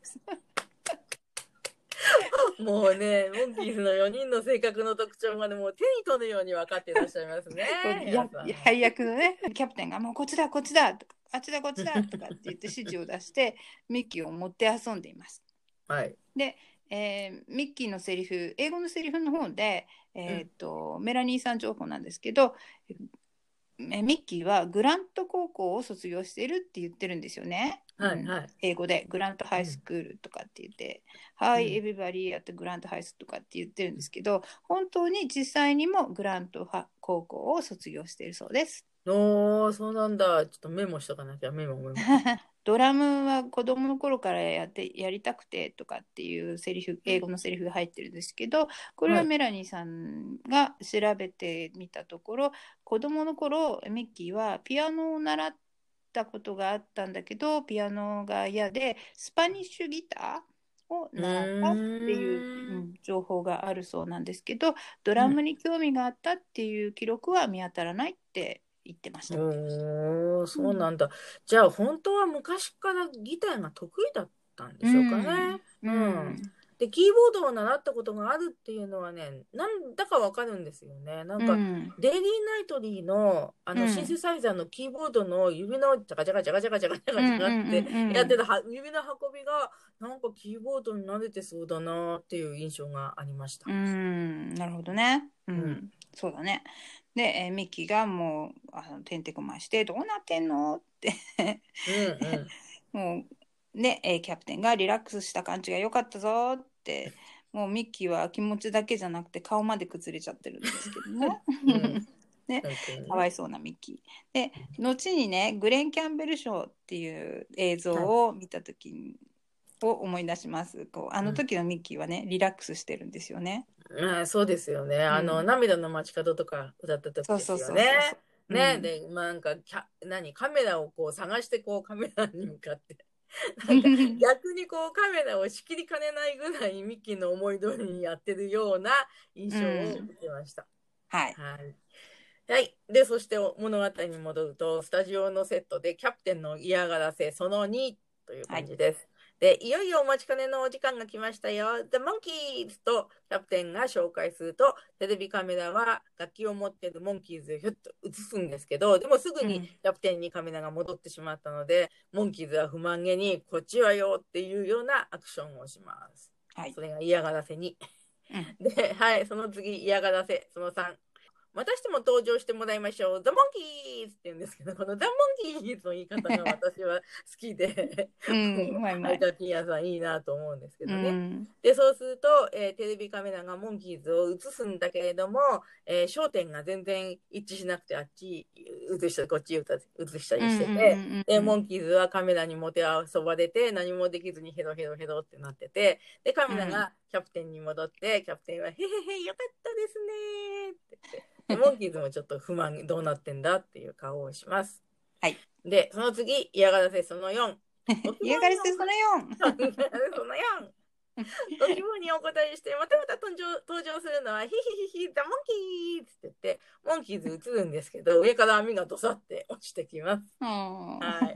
もうね、モンキーズのよにんの性格の特徴までもう手に取るように分かっていらっしゃいますね。 配役のね、キャプテンがもうこっちだこっちだとかあっちだこっちだとかって言って指示を出してミッキーを持って遊んでいます。はい。で、えー、ミッキーのセリフ、英語のセリフの方で、えーっとうん、メラニーさん情報なんですけど、ミッキーはグラント高校を卒業しているって言ってるんですよね。はいはい、英語でグラントハイスクールとかって言って、うん、Hi everybody at グラントハイスとかって言ってるんですけど、本当に実際にもグラント高校を卒業しているそうです。 おー、そうなんだ。ちょっとメモしとかなきゃ、メモメモ。 ドラムは子供の頃からやってやりたくてとかっていうセリフ、英語のセリフが入ってるんですけど、これはメラニーさんが調べてみたところ、はい、子供の頃ミッキーはピアノを習ったことがあったんだけどピアノが嫌でスパニッシュギターを習ったっていう、うん、情報があるそうなんですけど、ドラムに興味があったっていう記録は見当たらないって言ってました。 おー、そうなんだ。うん、じゃあ本当は昔からギターが得意だったんでしょうかね。うん。うん、でキーボードを習ったことがあるっていうのはね、なんだかわかるんですよね。なんか、うん、デイリーナイトリーのあの、うん、シンセサイザーのキーボードの指のジャカジャカジャカジャカジャカジャカジャカってやってた指の運びがなんかキーボードに慣れてそうだなっていう印象がありました。 うん、なるほどね。うん、うん、そうだね。で、えー、ミッキーがもうあのてんてこまいしてどうなってんのってうん、うん、もうね、えー、キャプテンがリラックスした感じが良かったぞってもうミッキーは気持ちだけじゃなくて顔まで崩れちゃってるんですけどね。うんね、かわいそうなミッキーで後にねグレン・キャンベル賞っていう映像を見た時に、はい、を思い出します。こうあの時のミッキーはね、うん、リラックスしてるんですよね。 ああそうですよね、うん、あの涙の街角とか歌った時ですよね。ね、うん、で、まあ、なんかキャ何カメラをこう探してこうカメラに向かってなんか逆にこうカメラを仕切りかねないぐらいミッキーの思い通りにやってるような印象を受けました。 うん、はい。 はいはい。で、そして物語に戻ると、スタジオのセットでキャプテンの嫌がらせそのにという感じです。はい、で、いよいよお待ちかねのお時間が来ましたよ。The Monkeys とキャプテンが紹介すると、テレビカメラは楽器を持っているモンキーズをひょっと映すんですけど、でもすぐにキャプテンにカメラが戻ってしまったので、うん、モンキーズは不満げに、こっちはよっていうようなアクションをします。はい、それが嫌がらせに。うん、で、はい、その次、嫌がらせそのさん。またしても登場してもらいましょう。ザ・モンキーズって言うんですけど、このザ・モンキーズの言い方が私は好きで、うん、アイカピアさんいいなと思うんですけどね。うん、で、そうすると、えー、テレビカメラがモンキーズを映すんだけれども、えー、焦点が全然一致しなくて、あっち映したり、こっち映したりしてて、で、モンキーズはカメラにもてあそばれて、何もできずにヘロヘロヘロってなってて、で、カメラがキャプテンに戻って、キャプテンは、へへへ、よかったですねって言って、モンキーズもちょっと不満どうなってんだっていう顔をします。 はい。 で、その次、嫌がらせそのよん。 嫌がらせそのよん。 そのよん。ご希望にお答えして、またまた登場登場するのは、ヒヒヒヒ、ザ・モンキーズって言って、モンキーズ映るんですけど、上から網がどさって落ちてきます。 はい。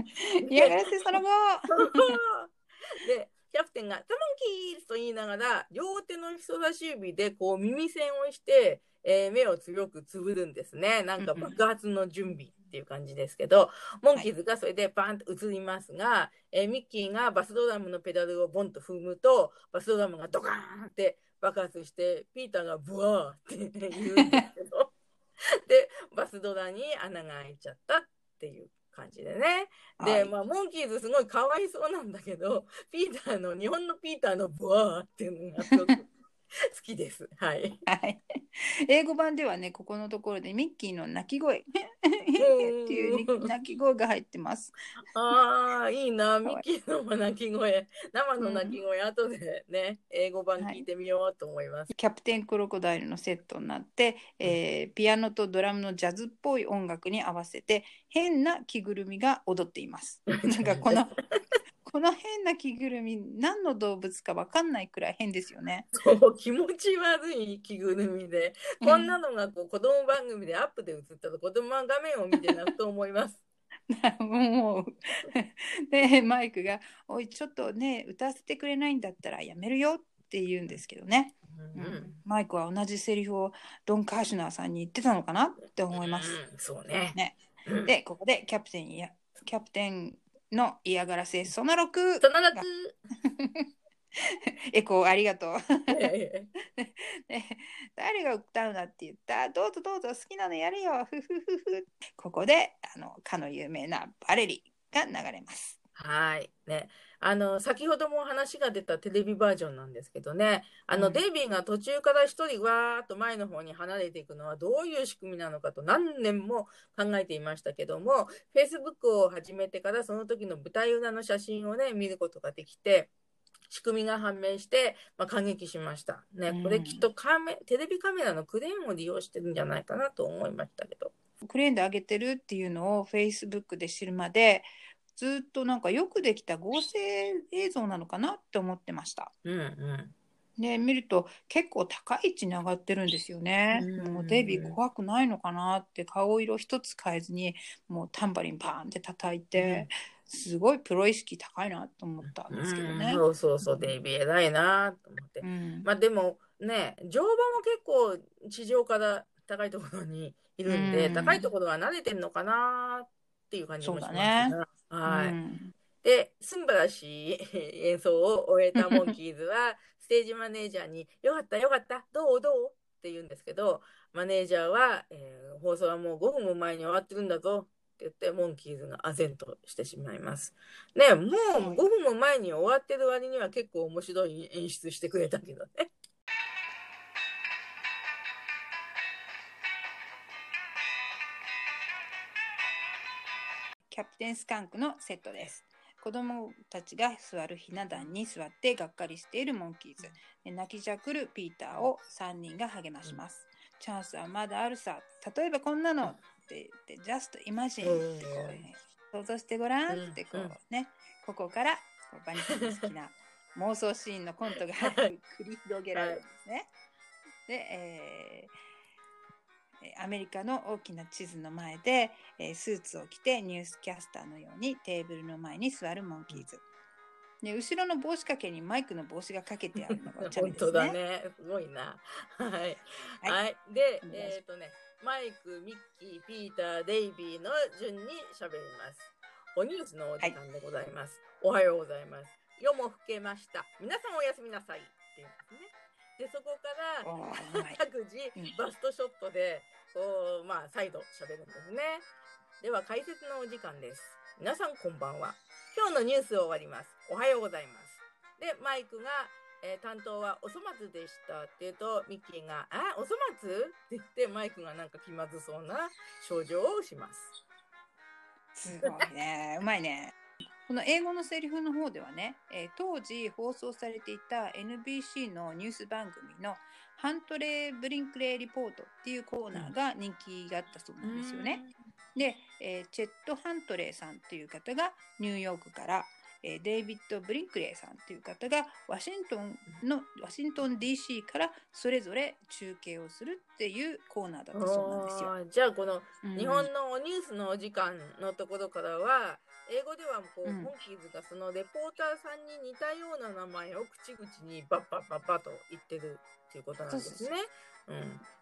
嫌がらせそのご。 で、キャプテンが、ザ・モンキーズと言いながら、両手の人差し指でこう耳栓をして、えー、目を強くつぶるんですね。なんか爆発の準備っていう感じですけど、モンキーズがそれでバーンと映りますが、はい、えー、ミッキーがバスドラムのペダルをボンと踏むと、バスドラムがドカーンって爆発して、ピーターがブワーって言うんですけど、で、バスドラに穴が開いちゃったっていう感じでね。で、はい、まあ、モンキーズすごいかわいそうなんだけど、ピーターの、日本のピーターのブワーっていうのがすごく好きです。はい。 はい。英語版ではね、ここのところでミッキーの鳴き声っていう鳴き声が入ってます。 ああ、いいな、ミッキーの鳴き声。生の鳴き声、うん、後でね、英語版聞いてみようと思います、はい。 キャプテンクロコダイルのセットになって、えー、ピアノとドラムのジャズっぽい音楽に合わせて変な着ぐるみが踊っています。なんかこのこの変な着ぐるみ何の動物か分かんないくらい変ですよね。 そう気持ち悪い着ぐるみで、うん、こんなのがこう子供番組でアップで映ったら子供は画面を見て泣くと思います。 もうでマイクが「おいちょっとね歌わせてくれないんだったらやめるよ」って言うんですけどね、うんうん、マイクは同じセリフをドン・カーシュナーさんに言ってたのかなって思います。 うん、そうね。 ね、うん、でここでキャプテンやキャプテンの嫌がらせそのろく。 そのろくエコーありがとう。誰が歌うなって言った？どうぞどうぞ好きなのやれよ。ふふふふ。ここであのかの有名なバレリが流れます。 はいね、あの先ほども話が出たテレビバージョンなんですけどね、あの、うん、デイビーが途中から一人わーっと前の方に離れていくのはどういう仕組みなのかと何年も考えていましたけども、Facebook を始めてからその時の舞台裏の写真をね見ることができて、仕組みが判明して、まあ、感激しましたね。これきっとカメテレビカメラのクレーンを利用してるんじゃないかなと思いましたけど。 クレーンで上げてるっていうのを Facebook で知るまでずっとなんかよくできた合成映像なのかなって思ってました。 うんうんで見ると結構高い位置に上がってるんですよね。もうデイビー怖くないのかなって顔色一つ変えずにもうタンバリンバーンって叩いて、うん、すごいプロ意識高いなと思ったんですけどね。 うん、そうそうそう、デイビー偉いなと思って、うん、まあでもね乗馬も結構地上から高いところにいるんで、うん、高いところは慣れてるのかなっていう感じもしますが、ね、はい、うん、で素晴らしい演奏を終えたモンキーズはステージマネージャーに「よかったよかったどうどう?」って言うんですけど、マネージャーは、えー、放送はもうごふんも前に終わってるんだぞって言ってモンキーズが唖然としてしまいます。ね、もうごふんも前に終わってる割には結構面白い演出してくれたけどね。 キャプテンスカンクのセットです。子供たちが座るひな壇に座ってがっかりしているモンキーズ。泣きじゃくるピーターをさんにんが励まします。チャンスはまだあるさ。例えばこんなのって言って、just imagine ってこう、ね、想像してごらんってこうね、ここからこうバニーさんの好きな妄想シーンのコントが繰り広げられるんですね。で、えーアメリカの大きな地図の前で、えー、スーツを着てニュースキャスターのようにテーブルの前に座るモンキーズ。で後ろの帽子掛けにマイクの帽子がかけてあるのがお茶目ですね。 本当だね。すごいな。はい。はい。はい、で、えっとね、マイク、ミッキー、ピーター、デイビーの順に喋ります。おニュースのお時間でございます。はい、おはようございます。夜も更けました。皆さんおやすみなさい。って言うんですね。でそこから各自バストショットでこう、まあ、再度喋るんですね。では解説のお時間です。皆さんこんばんは。今日のニュースを終わります。おはようございます。でマイクが、えー、担当はおそ松でしたって言うとミッキーがあおそ松って言ってマイクがなんか気まずそうな症状をします。 すごいねうまいね。この英語のセリフの方ではね、えー、当時放送されていた エヌビーシー のニュース番組のハントレー・ブリンクレー・リポートっていうコーナーが人気があったそうなんですよね。うん、で、えー、チェット・ハントレーさんっていう方がニューヨークから、えー、デイビッド・ブリンクレーさんっていう方がワシントンのワシントン ディーシー からそれぞれ中継をするっていうコーナーだったそうなんですよ。 じゃあこの日本のニュースのお時間のところからは、英語ではこう、うん、モンキーズがそのレポーターさんに似たような名前を口々にバッバッバッバッと言ってるっていうことなんですね。うん、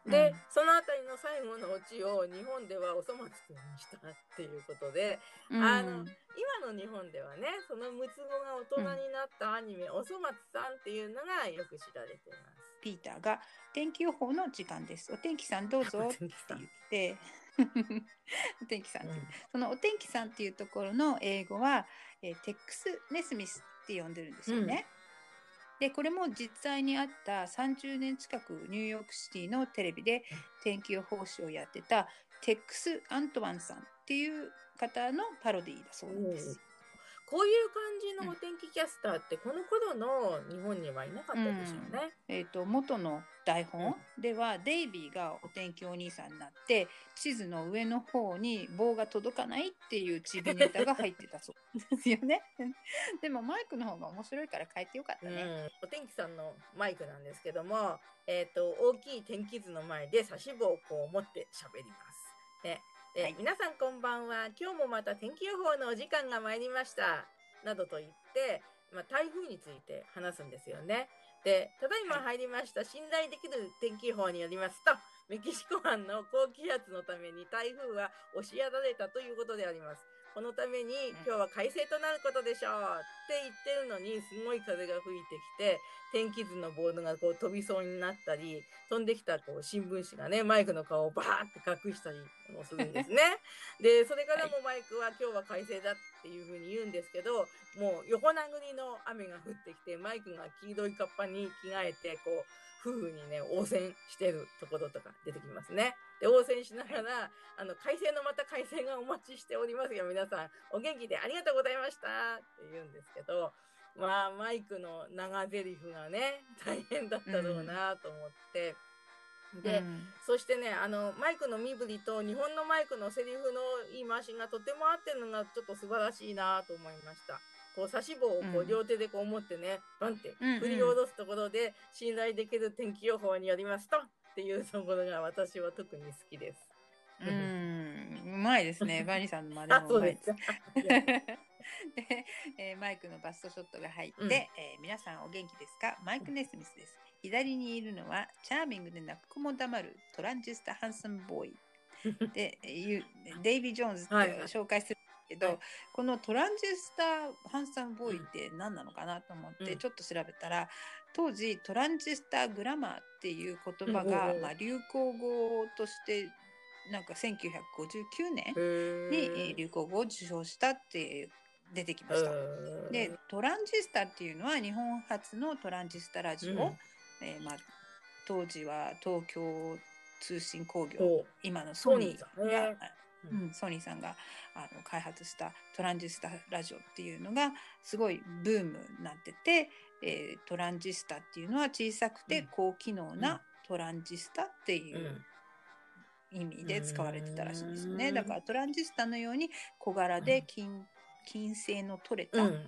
で、うん、そのあたりの最後のオチを日本ではおそ松くんにしたっていうことで、うん、あの今の日本ではねその六つ子が大人になったアニメ、うん、おそ松さんっていうのがよく知られています。 ピーターが天気予報の時間です。お天気さんどうぞって言ってお天気さんっていう、うん、そのお天気さんっていうところの英語は、えー、テックス・ネスミスって呼んでるんですよね。うん、でこれも実際にあったさんじゅうねん近くニューヨークシティのテレビで天気予報士をやってたテックス・アントワンさんっていう方のパロディーだそうなんです。 こういう感じのお天気キャスターってこの頃の日本にはいなかったでしょうね。 うん、えーと、元の台本では、うん、デイビーがお天気お兄さんになって地図の上の方に棒が届かないっていうチビネタが入ってたそうですよね。でもマイクの方が面白いから変えてよかったね。うん、 お天気さんのマイクなんですけども、えーと、大きい天気図の前で差し棒をこう持って喋ります。ねで、はい、皆さんこんばんは。今日もまた天気予報のお時間が参りました。などと言って、まあ、台風について話すんですよね。で、ただいま入りました信頼できる天気予報によりますと、メキシコ湾の高気圧のために台風は押しやられたということであります。このために今日は快晴となることでしょうって言ってるのにすごい風が吹いてきて天気図のボードがこう飛びそうになったり飛んできたこう新聞紙がねマイクの顔をバーって隠したりもするんですね。でそれからもマイクは今日は快晴だっていうふうに言うんですけどもう横殴りの雨が降ってきてマイクが黄色いカッパに着替えてこう夫婦にね応戦してるところとか出てきますね。で応戦しながらあの快晴のまた快晴がお待ちしておりますよ皆さんお元気でありがとうございましたって言うんですけどまあマイクの長台詞がね大変だったろうなと思って、 で、うん、そしてね、あのマイクの身振りと日本のマイクのセリフの言い回しがとても合ってるのがちょっと素晴らしいなと思いました。こう差し棒をこう両手でこう持ってね、うん、バンって振り下ろすところで、信頼できる天気予報によりますとっていうところが私は特に好きです。 うん、うまいですね。バニーさんの真似もうまいです。で、えー、マイクのバストショットが入って、うん、えー、皆さんお元気ですか？マイク・ネスミスです。左にいるのはチャーミングで泣く子も黙るトランジスタ・ハンサム・ボーイでデイビー・ジョーンズって紹介するんですけど、はいはい、このトランジスタ・ハンサム・ボーイって何なのかなと思ってちょっと調べたら、うん、当時トランジスタ・グラマーっていう言葉が、うんまあ、流行語としてなんかせんきゅうひゃくごじゅうきゅうねんに流行語を受賞したって出てきました。でトランジスタっていうのは日本初のトランジスタラジオ、うんえーまあ、当時は東京通信工業今のソニーが、うん、ソニーさんがあの開発したトランジスタラジオっていうのがすごいブームになってて、えー、トランジスタっていうのは小さくて高機能なトランジスタっていう意味で使われてたらしいんですよね。だからトランジスタのように小柄で 金, 金星の取れた、うん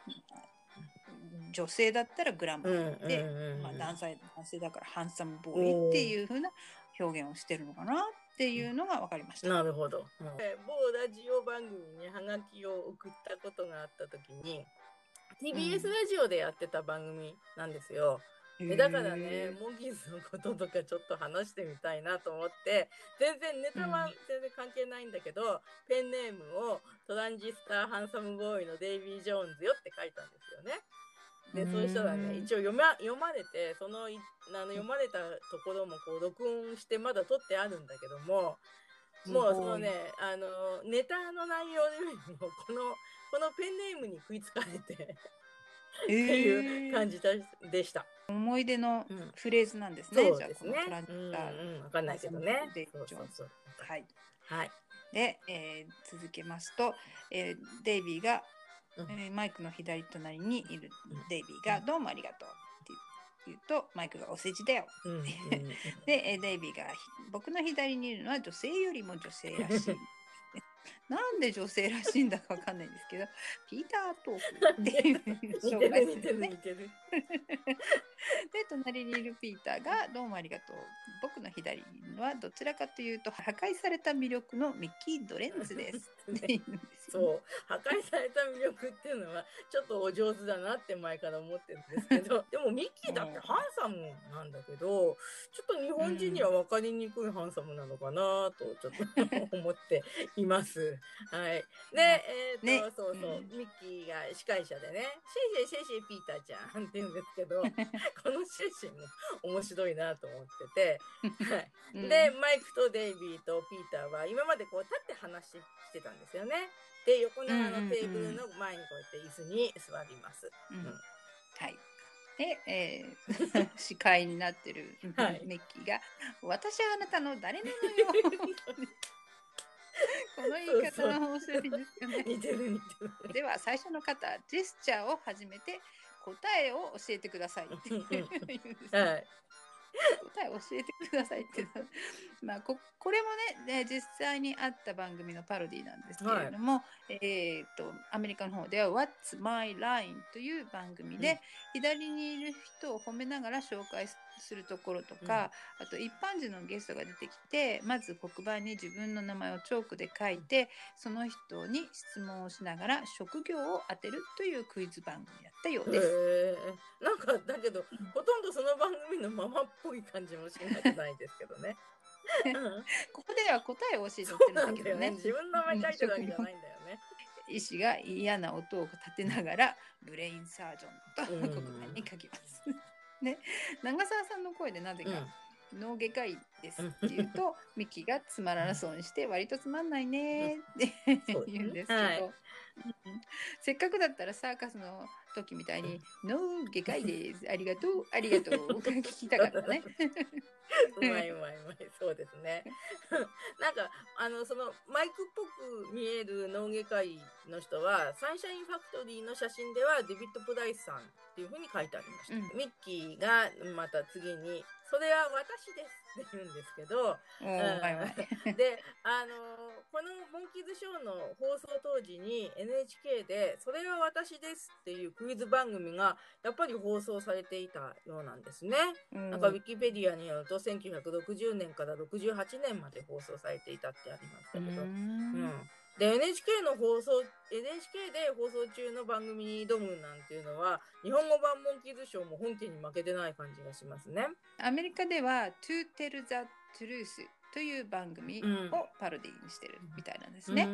女性だったらグラマーで、うんうんまあ、男性、男性だからハンサムボーイっていう風な表現をしてるのかなっていうのが分かりました。 なるほど。うん、某ラジオ番組にハガキを送ったことがあった時に ティービーエス ラジオでやってた番組なんですよ。うん、だからねモギーズのこととかちょっと話してみたいなと思って全然ネタは全然関係ないんだけど、うん、ペンネームをトランジスタハンサムボーイのデイビー・ジョーンズよって書いたんですよね。でそうしたらね一応読ま、読まれてそのあの読まれたところもこう録音してまだ撮ってあるんだけどももうそのねあのネタの内容よりもこのこのペンネームに食いつかれてっていう感じでした。 思い出のフレーズなんですね。 そうですね。じゃあこのトランジスタ、うんうん、分かんないけどね。そうそうそうはい。 はい。 で、えー、続けますと、えー、デイビーがうんえー、マイクの左隣にいるデイビーが、うん、どうもありがとうって言うとマイクがお世辞だよ、うんうん、でデイビーが僕の左にいるのは女性よりも女性らしいなんで女性らしいんだかわかんないんですけどピーター・トークっていう紹介するねで隣にいるピーターがどうもありがとう僕の左にいるのはどちらかというと破壊された魅力のミッキー・ドレンズですって言うんですよ、ね、 そう破壊された魅力っていうのはちょっとお上手だなって前から思ってるんですけどでもミッキーだってハンサムなんだけどちょっと日本人には分かりにくいハンサムなのかなとちょっと思っていますはい。で、えっと、ね、そうそう、うん、ミッキーが司会者でね、シェイシェイシェイシェイピーターちゃんって言うんですけど、このシェイシェイも面白いなと思ってて、はい。うん、で、マイクとデイビーとピーターは今までこう立って話してたんですよね。で、横長のテーブルの前にこうやって椅子に座ります。 うんうん、はい。で、えー、司会になってるミッキーが、はい、私はあなたの誰なのよこの言い方は面白いですよね。 似てる似てる。 では最初の方ジェスチャーを始めて答えを教えてくださいって言うんですね。はい、答えを教えてくださいってまあ こ, これも ね, ね実際にあった番組のパロディなんですけれども、はい、えー、とアメリカの方では What's My Line という番組で、うん、左にいる人を褒めながら紹介するところとか、うん、あと一般人のゲストが出てきてまず黒板に自分の名前をチョークで書いてその人に質問をしながら職業を当てるというクイズ番組だったようです。 へー、なんかだけど、うん、ほとんどその番組のままっぽい感じもしなくないですけどねここでは答えを教えてるんだけどね。 自分の名前書いてるわけじゃないんだよね。 医師が嫌な音を立てながらブレインサージョンと黒板に書きます。ね、長澤さんの声でなぜか、うん、脳外科医ですって言うとミキがつまらなそうにして割とつまんないねって言うんですけど、はい、せっかくだったらサーカスの時みたいに脳外科医ですありがとうありがとう聞きたかったねうまいうまいうまいそうですねなんかあのそのマイクっぽく見える脳外科医の人はサンシャインファクトリーの写真ではデビッド・プライスさんっていう風に書いてありました、うん、ミッキーがまた次にそれは私ですって言うんですけど、うん、はいはい、で、あのこのモンキーズショーの放送当時に エヌエイチケー でそれは私ですっていうクイズ番組がやっぱり放送されていたようなんですね。うん、なんかウィキペディアによるとせんきゅうひゃくろくじゅうねんからろくじゅうはちねんまで放送されていたってありましたけど、うん、うんで エヌエイチケー の放送 エヌエイチケー で放送中の番組に挑むなんていうのは日本語版モンキーズショーも本家に負けてない感じがしますね。 アメリカでは To Tell the Truth という番組をパロディにしてるみたいなんですね。うん、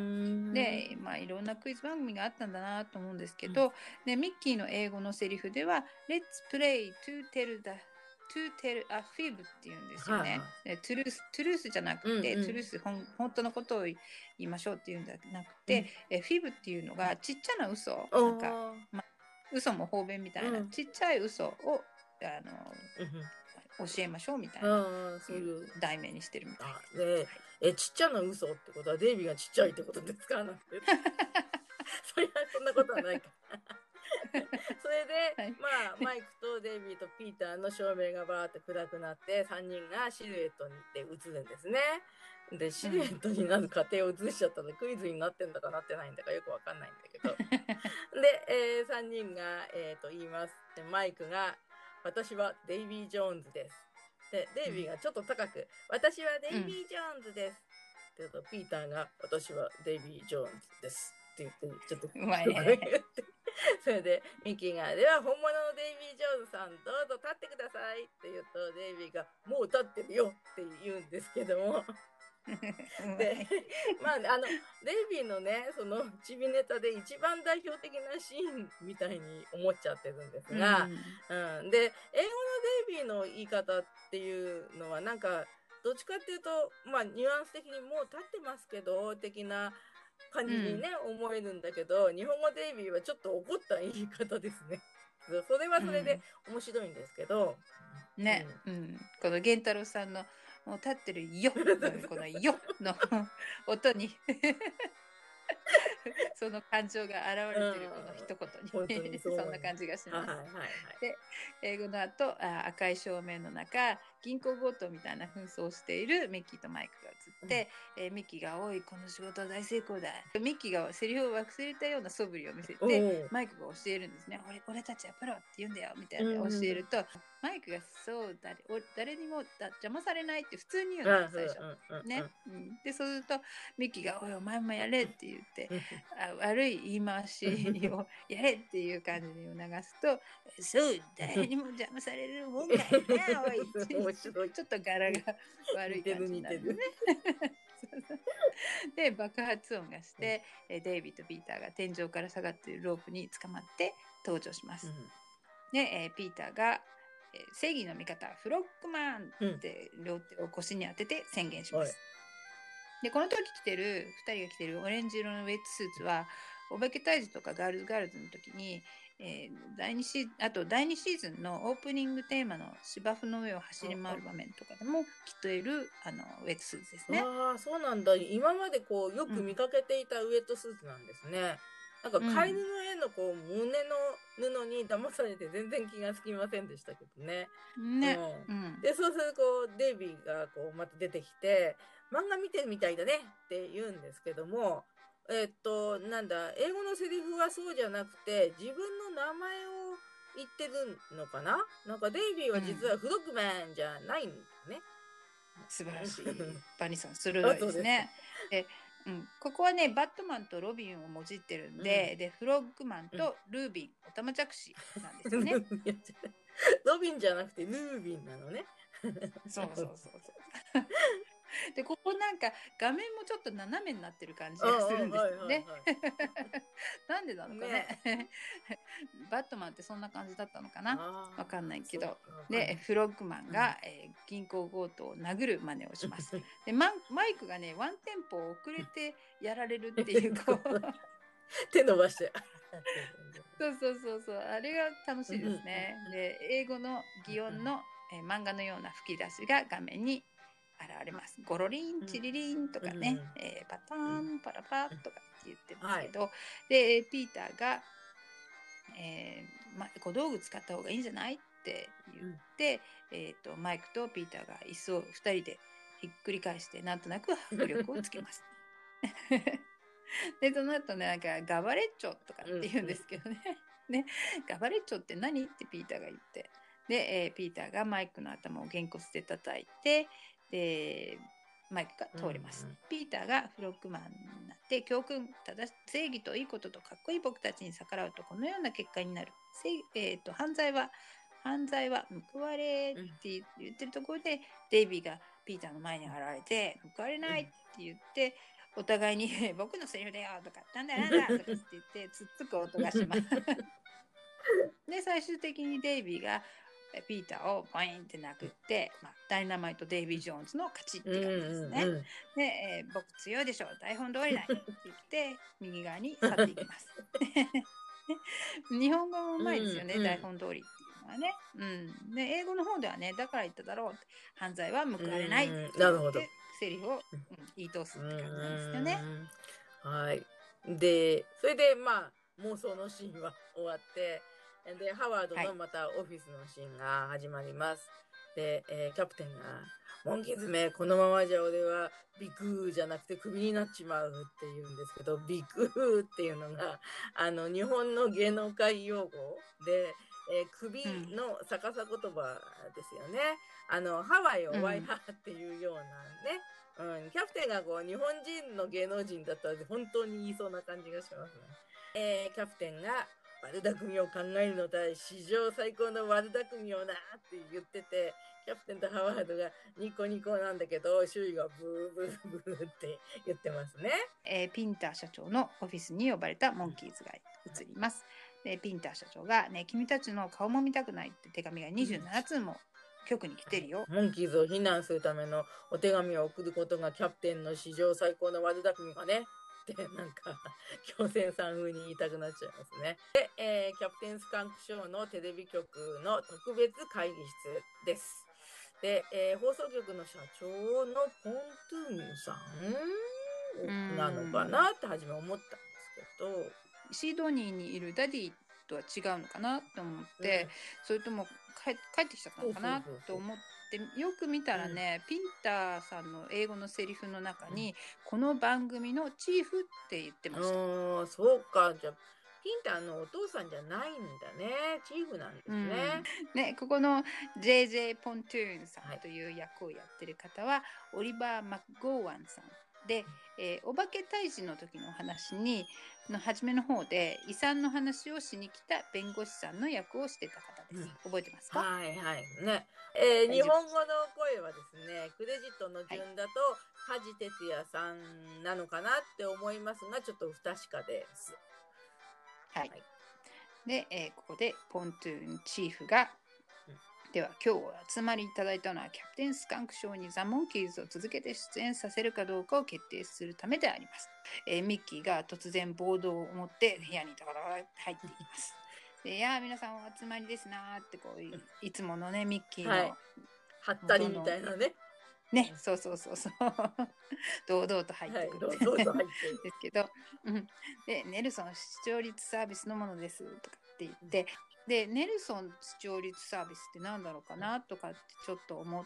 で、まあいろんなクイズ番組があったんだなと思うんですけど、うん、でミッキーの英語のセリフでは Let's play to tell the to tell a fib っていうんですよね。はいはい、トゥルース、トゥルースじゃなくて、うんうん、トゥルースほん本当のことを言いましょうっていうんじゃなくて、うん、えフィブっていうのがちっちゃな嘘、なんか、ま、嘘も方便みたいな、うん、ちっちゃい嘘をあの、うん、教えましょうみたいな、そういう題名にしてるみたいな。で、えちっちゃな嘘ってことはデイビーがちっちゃいってことですかなんて。そりゃそんなことはないか。それで、はい、まあマイクとデイビーとピーターの照明がバーって暗くなってさんにんがシルエットにで映るんですね。でシルエットになる過程を映しちゃったらクイズになってんだかなってないんだかよくわかんないんだけどで、えー、さんにんが、えー、と言います。でマイクが私はデイビー・ジョーンズです。でデイビーがちょっと高く、うん、私はデイビー・ジョーンズです、うん、って言うとピーターが私はデイビー・ジョーンズですって言ってちょっとうまいねそれでミキがでは本物のデイビー・ジョーンズさんどうぞ立ってくださいって言うとデイビーがもう立ってるよって言うんですけどもでまああのデイビーのねそのチビネタで一番代表的なシーンみたいに思っちゃってるんですが、うんうん、で英語のデイビーの言い方っていうのはなんかどっちかっていうとまあニュアンス的にもう立ってますけど的な感じにね、うん、思えるんだけど日本語デイビーはちょっと怒った言い方ですね。それはそれで面白いんですけど、 うん、ね、うん、この源太郎さんのもう立ってるよこのよの音にその感情が現れてるこの一言に、うん、そ, そんな感じがします。はいはいはい、で英語の後あ赤い照明の中銀行強盗みたいな紛争をしているミッキーとマイクが映って、うんえー、ミッキーが「おいこの仕事は大成功だ」ミッキーがセリフを忘れたような素振りを見せてマイクが教えるんですね。俺, 俺たちはプロって言うんだよみたいな教えると、うん、マイクがそう誰誰にもだ邪魔されないって普通に言うんです最初、うん、ね、うん、でそうするとミッキーが「おいお前もやれ」って言ってあ悪い言い回しをやれっていう感じで流すと「そう誰にも邪魔されるもんかいなおい」ちょっと柄が悪い感じになるね。で爆発音がして、うん、デイビーとピーターが天井から下がっているロープに捕まって登場します。うん、で、えー、ピーターが、えー、正義の味方フロッグマンって両手を腰に当てて宣言します。うん、でこの時着てるふたりが着てるオレンジ色のウェットスーツはお化け退治とかガールズガールズの時にえー、第2シーあとだいにシーズンのオープニングテーマの芝生の上を走り回る場面とかでも着ているあのウェットスーツですね。 ああそうなんだ。今までこうよく見かけていたウェットスーツなんですね。うん、なんか飼い布へのこう胸の布に騙されて全然気がつきませんでしたけどね。ね。うん、でそうするとこうデイビーがこうまた出てきて漫画見てるみたいだねって言うんですけども。えっと、なんだ、英語のセリフはそうじゃなくて、自分の名前を言ってるのかな？なんかデイビーは実はフロッグマンじゃないんだね。 うん、素晴らしい。バニーさん、鋭いですね。でうん、ここはね、バットマンとロビンをもじってるんで、うん、で、フロッグマンとルービン、おたまじゃくしなんですよね。 ロビンじゃなくてルービンなのね。 そうそうそうそう。でここなんか画面もちょっと斜めになってる感じがするんですよね。なんでなのかね。ねバットマンってそんな感じだったのかなわかんないけど。でフロッグマンが、うんえー、銀行強盗を殴る真似をします。で マ, マイクがねワンテンポ遅れてやられるっていうこう手伸ばして。 そうそうそうそうあれが楽しいですね。で英語の擬音の、えー、漫画のような吹き出しが画面に現れます。ゴロリンチリリンとかね、うんえー、パターンパラパッとかって言ってますけど、はい、でピーターが、えーま、小道具使った方がいいんじゃないってって言って、うん、えーと、マイクとピーターが椅子をふたりでひっくり返してなんとなく迫力をつけます。でその後ねなんかガバレッチョとかって言うんですけどね。うんうん、ねガバレッチョって何ってピーターが言って、で、えー、ピーターがマイクの頭をげんこつで叩いて、でマイクが通ります。うんうん、ピーターがフロッグマンになって教訓、正正義といいこととかっこいい僕たちに逆らうとこのような結果になる。えー、と犯罪は犯罪は報われって言ってるところで、うん、デイビーがピーターの前に現れて報われないって言って、うん、お互いに僕のセリフだよとかなんだなんだとかって言ってつっつく音がします。で最終的にデイビーがピーターをバインって殴って、まあ、ダイナマイトデイビー・ジョーンズの勝ちって感じですね。うんうんうん、で、えー、僕強いでしょ台本通りだって言って右側に去っていきます。日本語もうまいですよね、うんうん、台本通りっていうのはね、うん、で英語の方ではねだから言っただろうって犯罪は報われないって言ってセリフを、うん、言い通すって感じなんですよね。 はい。でそれでまあ妄想のシーンは終わってでハワードのまたオフィスのシーンが始まります。はい、で、えー、キャプテンがモンキーズめこのままじゃ俺はビクーじゃなくてクビになっちまうって言うんですけど、ビクーっていうのがあの日本の芸能界用語で、えー、首の逆さ言葉ですよね。あのハワイをワイハーっていうようなね、うんうん、キャプテンがこう日本人の芸能人だったら本当に言いそうな感じがしますね。えー、キャプテンが悪巧みを考えるのだ史上最高の悪巧みをなって言ってて、キャプテンとハワードがニコニコなんだけど周囲がブーブーブーって言ってますね。 えー、ピンター社長のオフィスに呼ばれたモンキーズが映ります。でピンター社長がね君たちの顔も見たくないって手紙がにじゅうななつうも局に来てるよ。 モンキーズを非難するためのお手紙を送ることがキャプテンの史上最高の悪巧みかねってなんか強戦さん風に言いたくなっちゃいますね。で、えー、キャプテンスカンクショーのテレビ局の特別会議室です。で、えー、放送局の社長のポントゥーンさんなのかなって初め思ったんですけど、 シドニーにいるダディとは違うのかなと思って、うん、それとも帰ってきちゃったのかなと思ってよく見たらね、うん、ピンターさんの英語のセリフの中に、うん、この番組のチーフって言ってました。 ああ、そうか。じゃあピンターのお父さんじゃないんだね。チーフなんですね。 うん、ね、ここの ジェイジェイ ポントゥーンさんという役をやってる方は、はい、オリバー・マッゴーワンさんで、えー、お化け退治の時の話にの初めの方で遺産の話をしに来た弁護士さんの役をしてた方です。うん、覚えてますか？ はいはいね。えー、日本語の声はですね、クレジットの順だと、はい、梶哲也さんなのかなって思いますが、ちょっと不確かです。 はい。はい、で、えー、ここでポントゥーンチーフが、うん、では今日お集まりいただいたのはキャプテンスカンクショーにザ・モンキーズを続けて出演させるかどうかを決定するためであります。えー、ミッキーが突然ボードを持って部屋にダカダカ入っていきます。でいや皆さんお集まりですなってこう い, いつものねミッキーの、はい、 はったりみたいなね。 ね、そうそうそうそう堂々と入ってくる、はい、堂々と入ってるですけど、うん、でネルソン視聴率サービスのものですとかって言って、でネルソン視聴率サービスって何だろうかなとかってちょっと思って、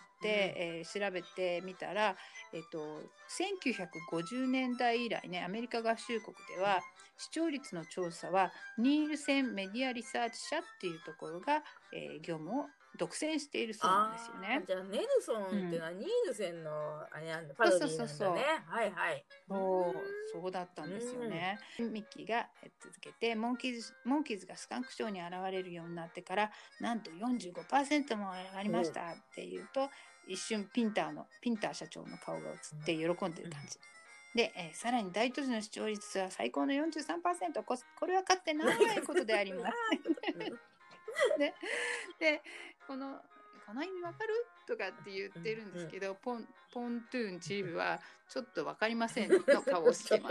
うんえー、調べてみたら、えっと、せんきゅうひゃくごじゅうねんだい以来ねアメリカ合衆国では視聴率の調査はニールセンメディアリサーチ社っていうところが、えー、業務を独占しているそうなんですよね。 じゃあネルソンっていうのはニールセンの、あれなんだ、パロディーなんだね。そうそうそうそう。はいはい。 そうそうだったんですよね。ミッキーが続けてモンキーズモンキーズがスカンクショーに現れるようになってからなんと よんじゅうごパーセント も上がりましたっていうと一瞬ピンターのピンター社長の顔が映って喜んでる感じ。で、えー、さらに大都市の視聴率は最高の よんじゅうさんパーセント こ, これはかつてないことであります。で, でこのこの意味わかるとかって言ってるんですけど、うん、ポンポントゥーンチーフはちょっとわかりませんの顔をしてます。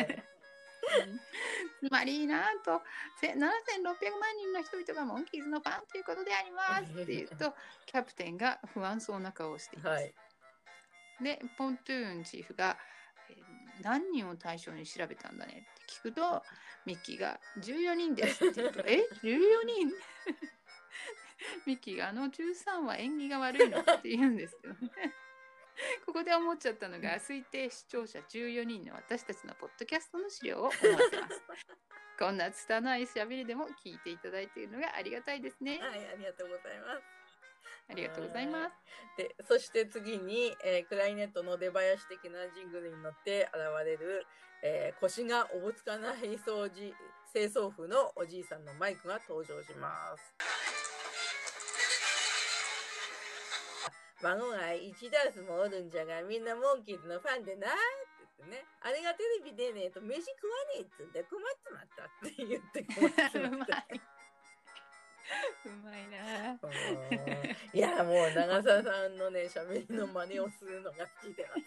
つまりなんとななせんろっぴゃくまんにんの人々がモンキーズのファンということでありますって言うとキャプテンが不安そうな顔をしています。はい、でポントゥーンチーフが何人を対象に調べたんだねって聞くとミッキーがじゅうよにんですって言うとえじゅうよにんミッキーがあのじゅうさんは縁起が悪いのって言うんですけどね。ここで思っちゃったのが、推定視聴者じゅうよにんの私たちのポッドキャストの資料を思わせます。こんな拙い喋りでも聞いていただいているのがありがたいですね。 はい、ありがとうございます。 ありがとうございます。 で、そして次に、えー、クライネットの出囃子的なジングルに乗って現れる、えー、腰がおぼつかない掃除清掃婦のおじいさんのマイクが登場します。孫が一ダースもおるんじゃが、みんなモンキーズのファンでなって言ってね、あれがテレビ出ねえと飯食わねえっつうんで困っちまったって言って困っちまった。 うまいな。 いや、もう長澤さんのね、喋りの真似をするのが好きでます。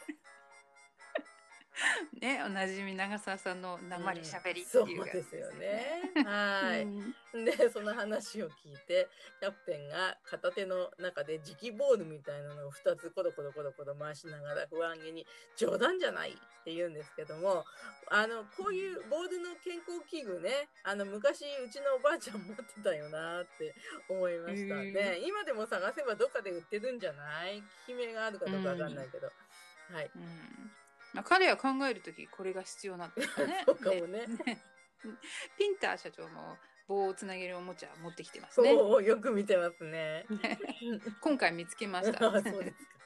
ね、おなじみ長澤さんの訛り喋りっていう、 うん、そうですよね。はい、うん、でその話を聞いてキャプテンが片手の中で磁気ボールみたいなのをふたつコロコロコロコロ回しながら不安げに冗談じゃないって言うんですけども、あのこういうボールの健康器具ね、あの昔うちのおばあちゃん持ってたよなって思いましたね。今でも探せばどっかで売ってるんじゃない？効き目があるかどうかわかんないけど、はい。 うん、まあ、彼は考えるときこれが必要なんですかね。 そうかもね。 ねピンター社長も棒をつなげるおもちゃ持ってきてますね。 おー、よく見てますね。 今回見つけました。 そうですか。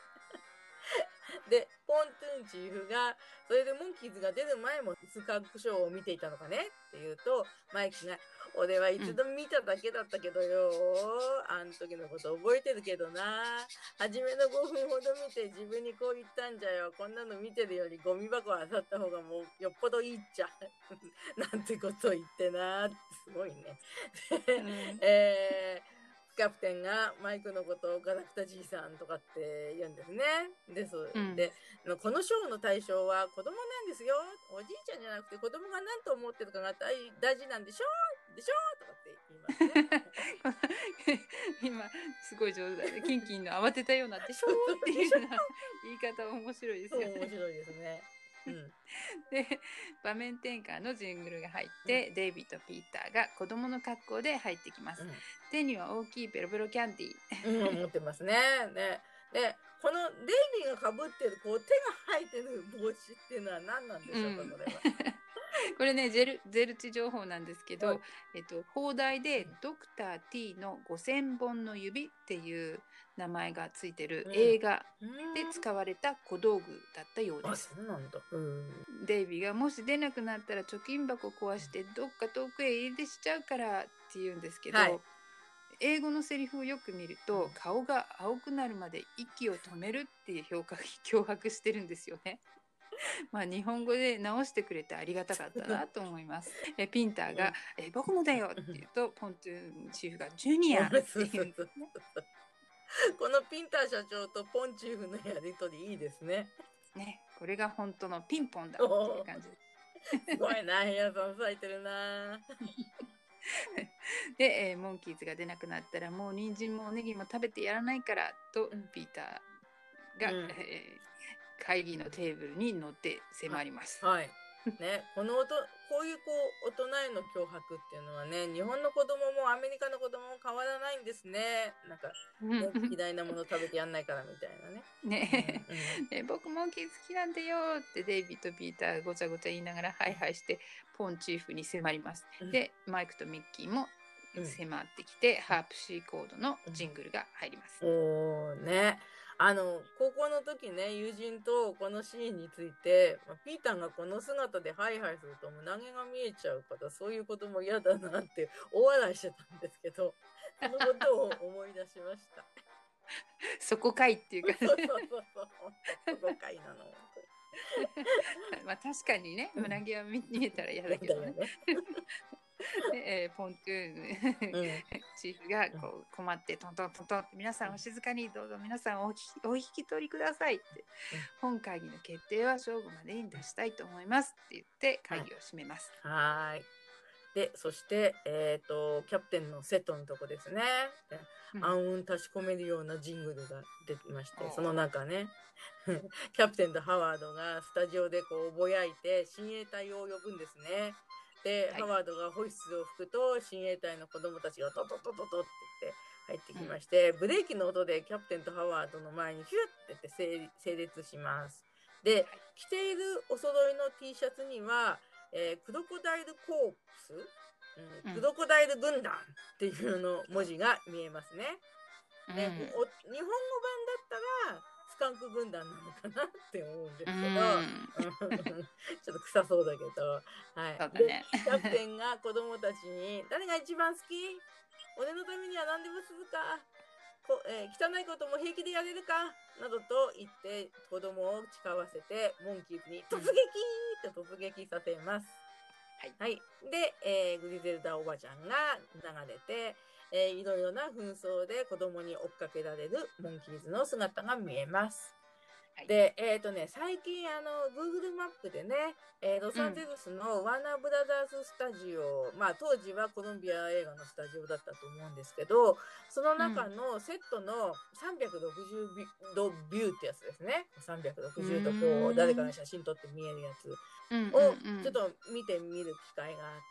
で、ポントゥーンチーフが、それでモンキーズが出る前もスカンクショーを見ていたのかねって言うと、マイクが、俺は一度見ただけだったけどよ、うん、あん時のこと覚えてるけどな。初めのごふんほど見て自分にこう言ったんじゃよ。こんなの見てるよりゴミ箱あさった方がもうよっぽどいいっちゃ。なんてこと言ってな。すごいね。うん、えーキャプテンがマイクのことをガラクタじいさんとかって言うんですね。です。うん、で、このショーの対象は子供なんですよ。おじいちゃんじゃなくて子供が何と思ってるかが大事なんでしょでしょとかって言いますね。 今、すごい上手だね。キンキンの慌てたようなでしょっていうような言い方面白いですよね。 面白いですね。うん、 で場面転換のジングルが入って、うん、デイビーとピーターが子供の格好で入ってきます、うん、手には大きいペロペロキャンディー、うん、持ってますね。ねでこのデイビーがかぶってるこう手が生えてる帽子っていうのは何なんでしょうか、うん、これは。 これねゼル、ゼルチ情報なんですけど、はい、えっと、放題でドクター T のごせんぼんの指っていう名前がついてる映画で使われた小道具だったようです。 あ、そうなんだ。うん、 デイビーがもし出なくなったら貯金箱壊してどっか遠くへ家出しちゃうからって言うんですけど、はい、英語のセリフをよく見ると顔が青くなるまで息を止めるっていう表現脅迫してるんですよね。まあ日本語で直してくれてありがたかったなと思います。えピンターが、うん、え僕もだよって言うとポントゥーンチーフがジュニアって言うんですね。 このピンター社長とポンチーフのやりとりいいですね。 ね、これが本当のピンポンだっていう感じ。 すごいな、部屋さん咲いてるな。 で、えー、モンキーズが出なくなったらもう人参もおネギも食べてやらないからと、うん、ピーターが、うん、えー、会議のテーブルに乗って迫ります。 はい。ね、この音こういうこう大人への脅迫っていうのはね、日本の子供もアメリカの子供も変わらないんですね。なんか、ね、嫌いなもの食べてやんないからみたいなね。 ね、うんうん、僕モンキーズ好きなんだよってデイビーとピーターごちゃごちゃ言いながらハイハイしてポンチーフに迫ります。うん、でマイクとミッキーも迫ってきて、うん、ハープシーコードのジングルが入ります。 おーね。あの高校の時ね、友人とこのシーンについて、まあ、ピーターがこの姿でハイハイすると胸毛が見えちゃうからそういうことも嫌だなって大笑いしてたんですけど、そのことを思い出しました。 そこかいっていうか、ね、 そうそうそうそう、そこかいなの。 まあ確かにね、胸毛は見えたら嫌だけどね。で、えー、ポントゥーン、うん、チーフがこう困ってトントントントンって皆さんお静かにどうぞ皆さん お, お引き取りくださいって、うん、本会議の決定は正午までに出したいと思いますって言って会議を締めます。 はい。でそして、えーと、キャプテンのセットのとこですね。うん、暗雲確かめるようなジングルが出てまして、その中ねキャプテンとハワードがスタジオでこうぼやいて親衛隊を呼ぶんですね。で、はい、ハワードがホイッスルを吹くと親衛隊の子供たちがトトトトトって言って入ってきまして、うん、ブレーキの音でキャプテンとハワードの前にヒュッてって整列します。で、着ているお揃いの T シャツには、えー、クロコダイルコープス、うん、クロコダイル軍団っていうの文字が見えますね。うん、で、お日本語版だったらスカンク軍団なのかなって思うんですけど、うん、ちょっと臭そうだけど、はい。で、ね、キャプテンが子供たちに誰が一番好き？俺のためには何でもするか。こえー、汚いことも平気でやれるかなどと言って子供を誓わせてモンキーズに突撃って突撃させます。はい、はい、で、えー、グリゼルダおばちゃんが流れて、えー、いろいろな紛争で子供に追っかけられるモンキーズの姿が見えます。はい、で、えっとね、最近あの Google マップでね、えー、ロサンゼルスのワーナーブラザーズスタジオ、うん、まあ当時はコロンビア映画のスタジオだったと思うんですけど、その中のセットのさんびゃくろくじゅうどビューってやつですね。さんびゃくろくじゅうどこう誰かの写真撮って見えるやつをちょっと見てみる機会があって、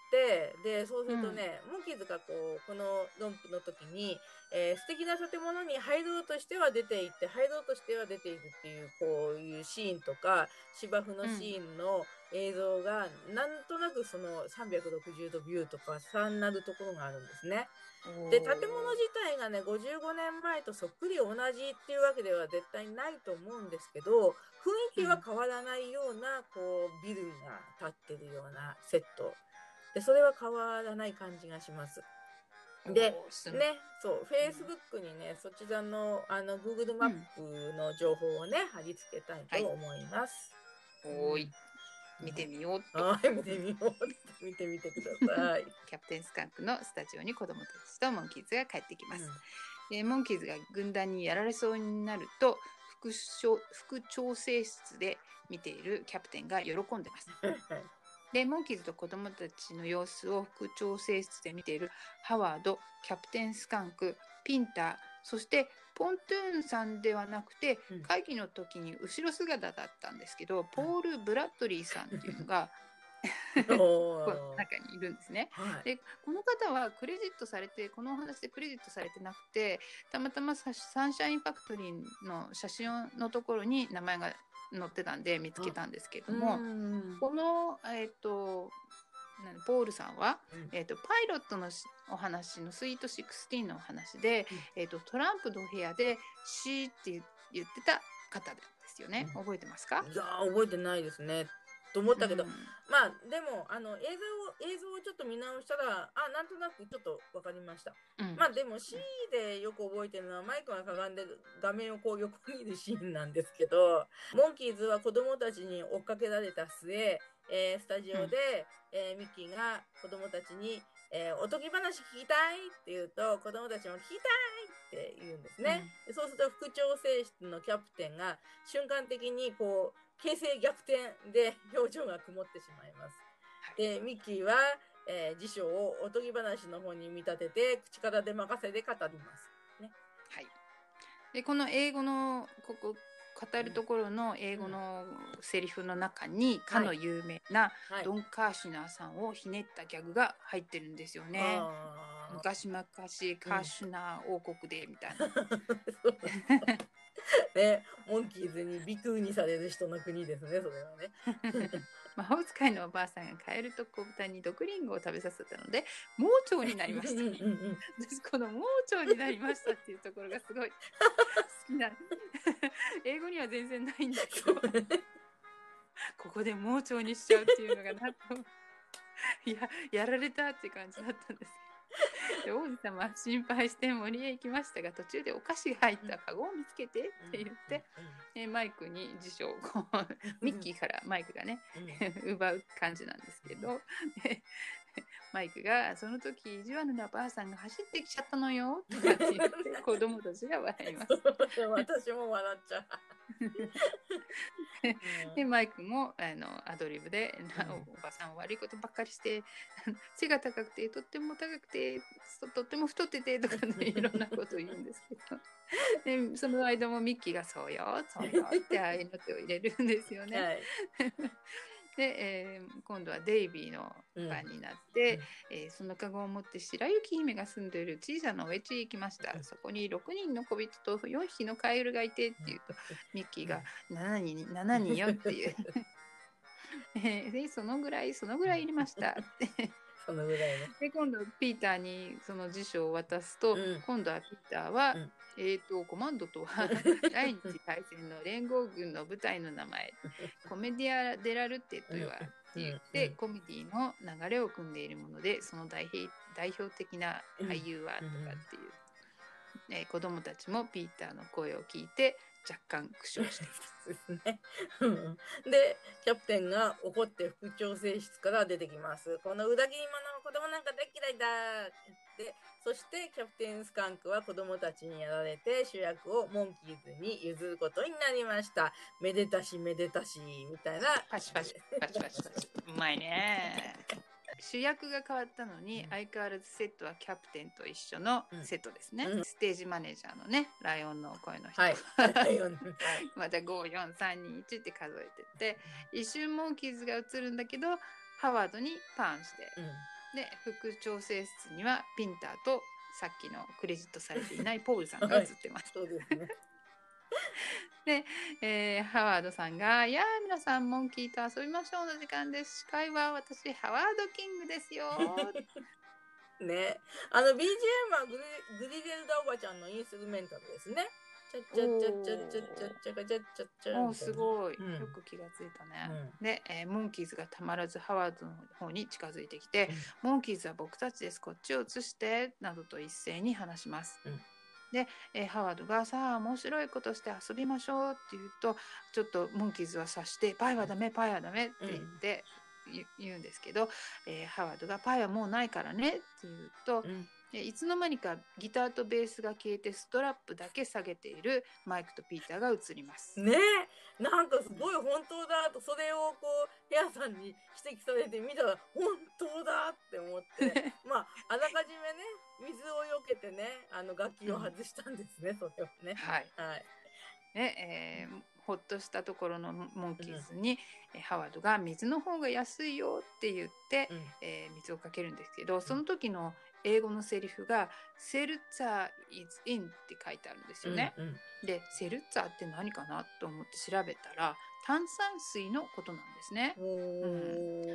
でそうするとね、うん、モンキーズがこうこのロンプの時に、えー、素敵な建物に入ろうとしては出ていって入ろうとしては出ていくっていうこういうシーンとか芝生のシーンの映像が、うん、なんとなくそのさんびゃくろくじゅうどビューとかさんなるところがあるんですね。で建物自体がねごじゅうごねんまえとそっくり同じっていうわけでは絶対ないと思うんですけど、雰囲気は変わらないようなこうビルが建ってるようなセットで、それは変わらない感じがします。で、ね、そう、Facebook にね、そちらの、あの、Google マップの情報をね、貼り付けたいと思います。 はい、おーい。見てみようと。はい、見てみよう。見てみてください。 キャプテンスカンクのスタジオに子供たちとモンキーズが帰ってきます。うん、でモンキーズが軍団にやられそうになると、副, 副調整室で見ているキャプテンが喜んでます。でモンキーズと子供たちの様子を副調整室で見ているハワード、キャプテンスカンク、ピンター、そしてポントゥーンさんではなくて、うん、会議の時に後ろ姿だったんですけど、ポール・ブラッドリーさんっていうのがこの中にいるんですね。はい、でこの方はクレジットされてこのお話でクレジットされてなくて、たまたまサンシャインファクトリーの写真のところに名前が載ってたんで見つけたんですけども、この、えー、とポールさんは、うん、えー、とパイロットのお話のスイートじゅうろくのお話で、うん、えー、とトランプの部屋でシーって言ってた方ですよね。うん、覚えてますか？ いや覚えてないですねと思ったけど、うん、まあでもあの映像を映像をちょっと見直したらあなんとなくちょっと分かりました。うん、まあでも C でよく覚えてるのはマイクがかがんでる画面をこう横見るシーンなんですけど、モンキーズは子供たちに追っかけられた末、えー、スタジオで、うん、えー、ミッキーが子供たちに、えー、おとぎ話聞きたいって言うと子供たちも聞きたいって言うんですね。うん、そうすると副調整室のキャプテンが瞬間的にこう形勢逆転で表情が曇ってしまいます。でミッキーは、えー、辞書をおとぎ話の方に見立てて口から出任せで語ります、ね。 はい、でこの英語のここ語るところの英語のセリフの中に、うん、かの有名なドン・カーシュナーさんをひねったギャグが入ってるんですよね。はい、昔々カーシュナー王国でみたいな。うんね、モンキーズにビクにされる人の国ですね、それはね。 魔法使いのおばあさんがカエルと小豚に毒リンゴを食べさせたので盲腸になりました。私この盲腸になりましたっていうところがすごい好きな。英語には全然ないんだけどここで盲腸にしちゃうっていうのがなんといややられたっていう感じだったんですけど、王子様は心配して森へ行きましたが途中でお菓子が入ったカゴを見つけてって言って、うん、マイクに辞書をこうミッキーからマイクがね、うん、奪う感じなんですけど、マイクがその時意地悪なばあさんが走ってきちゃったのよとかって言って子供たちが笑います。 私も笑っちゃう。 でマイクもあのアドリブで、うん、おばさん悪いことばっかりして背が高くてとっても高くてとっても太っててとかねいろんなことを言うんですけどでその間もミッキーがそうよそうよってああいうの手を入れるんですよね。はいで、えー、今度はデイビーの番になって、うんえー、そのカゴを持って白雪姫が住んでいる小さなお家へ行きました、うん、そこにろくにんの小人とよんひきのカエルがいてって言うと、ミッキーがしちにん、しちにんよっていうえでそのぐらいそのぐらい入れましたってそのぐらいね。 で今度ピーターにその辞書を渡すと、うん、今度はピーターは、うんえー、とコマンドとは第二次大戦の連合軍の部隊の名前コメディア・デラルッテと言われて言って、うん、コメディの流れを組んでいるものでその代表的な俳優はとかっていう、うんえー、子供たちもピーターの声を聞いて若干苦笑していますね。でキャプテンが怒って副調整室から出てきます。この裏切り者の子供なんか大嫌いだでそしてキャプテンスカンクは子供たちにやられて主役をモンキーズに譲ることになりました。めでたしめでたしみたいなパチパチパチパチパチうまいね。主役が変わったのに、うん、相変わらずセットはキャプテンと一緒のセットですね、うん、ステージマネージャーのねライオンの声の人、はい、またご、よん、さん、に、いちって数えてって一瞬モンキーズが映るんだけどハワードにターンして、うん、で副調整室にはピンターとさっきのクレジットされていないポールさんが映ってます、 はい、そうですねで、えー、ハワードさんが「いやー皆さんモンキーと遊びましょうの時間です。司会は私ハワードキングですよ」 ね、あの ビージーエム はグリ、グリゼルダおばちゃんのインストゥルメンタルですね。チャッチャッチャッチャッチャッチャッチャッチャッチャッチャッ。 おーすごい、うん、よく気がついたね、うん、で、えー、モンキーズがたまらずハワードの方に近づいてきて、うん、モンキーズは僕たちです、こっちを映してなどと一斉に話します、うんで、えー、ハワードがさあ面白いことして遊びましょうって言うとちょっとモンキーズは察してパイはダメパイはダメって言って、うん、言うんですけど、えー、ハワードがパイはもうないからねって言うと、うんでいつの間にかギターとベースが消えてストラップだけ下げているマイクとピーターが映りますねえなんかすごい本当だとそれをこうヘアさんに指摘されて見たら本当だって思ってまああらかじめね水をよけてねあの楽器を外したんですね、うん、それはねはい、はいねえー、ほっとしたところのモンキーズに、うん、ハワードが水の方が安いよって言って、うんえー、水をかけるんですけどその時の英語のセリフがセルツァー is in って書いてあるんですよね、うんうん、でセルツァーって何かなと思って調べたら炭酸水のことなんですね、うん、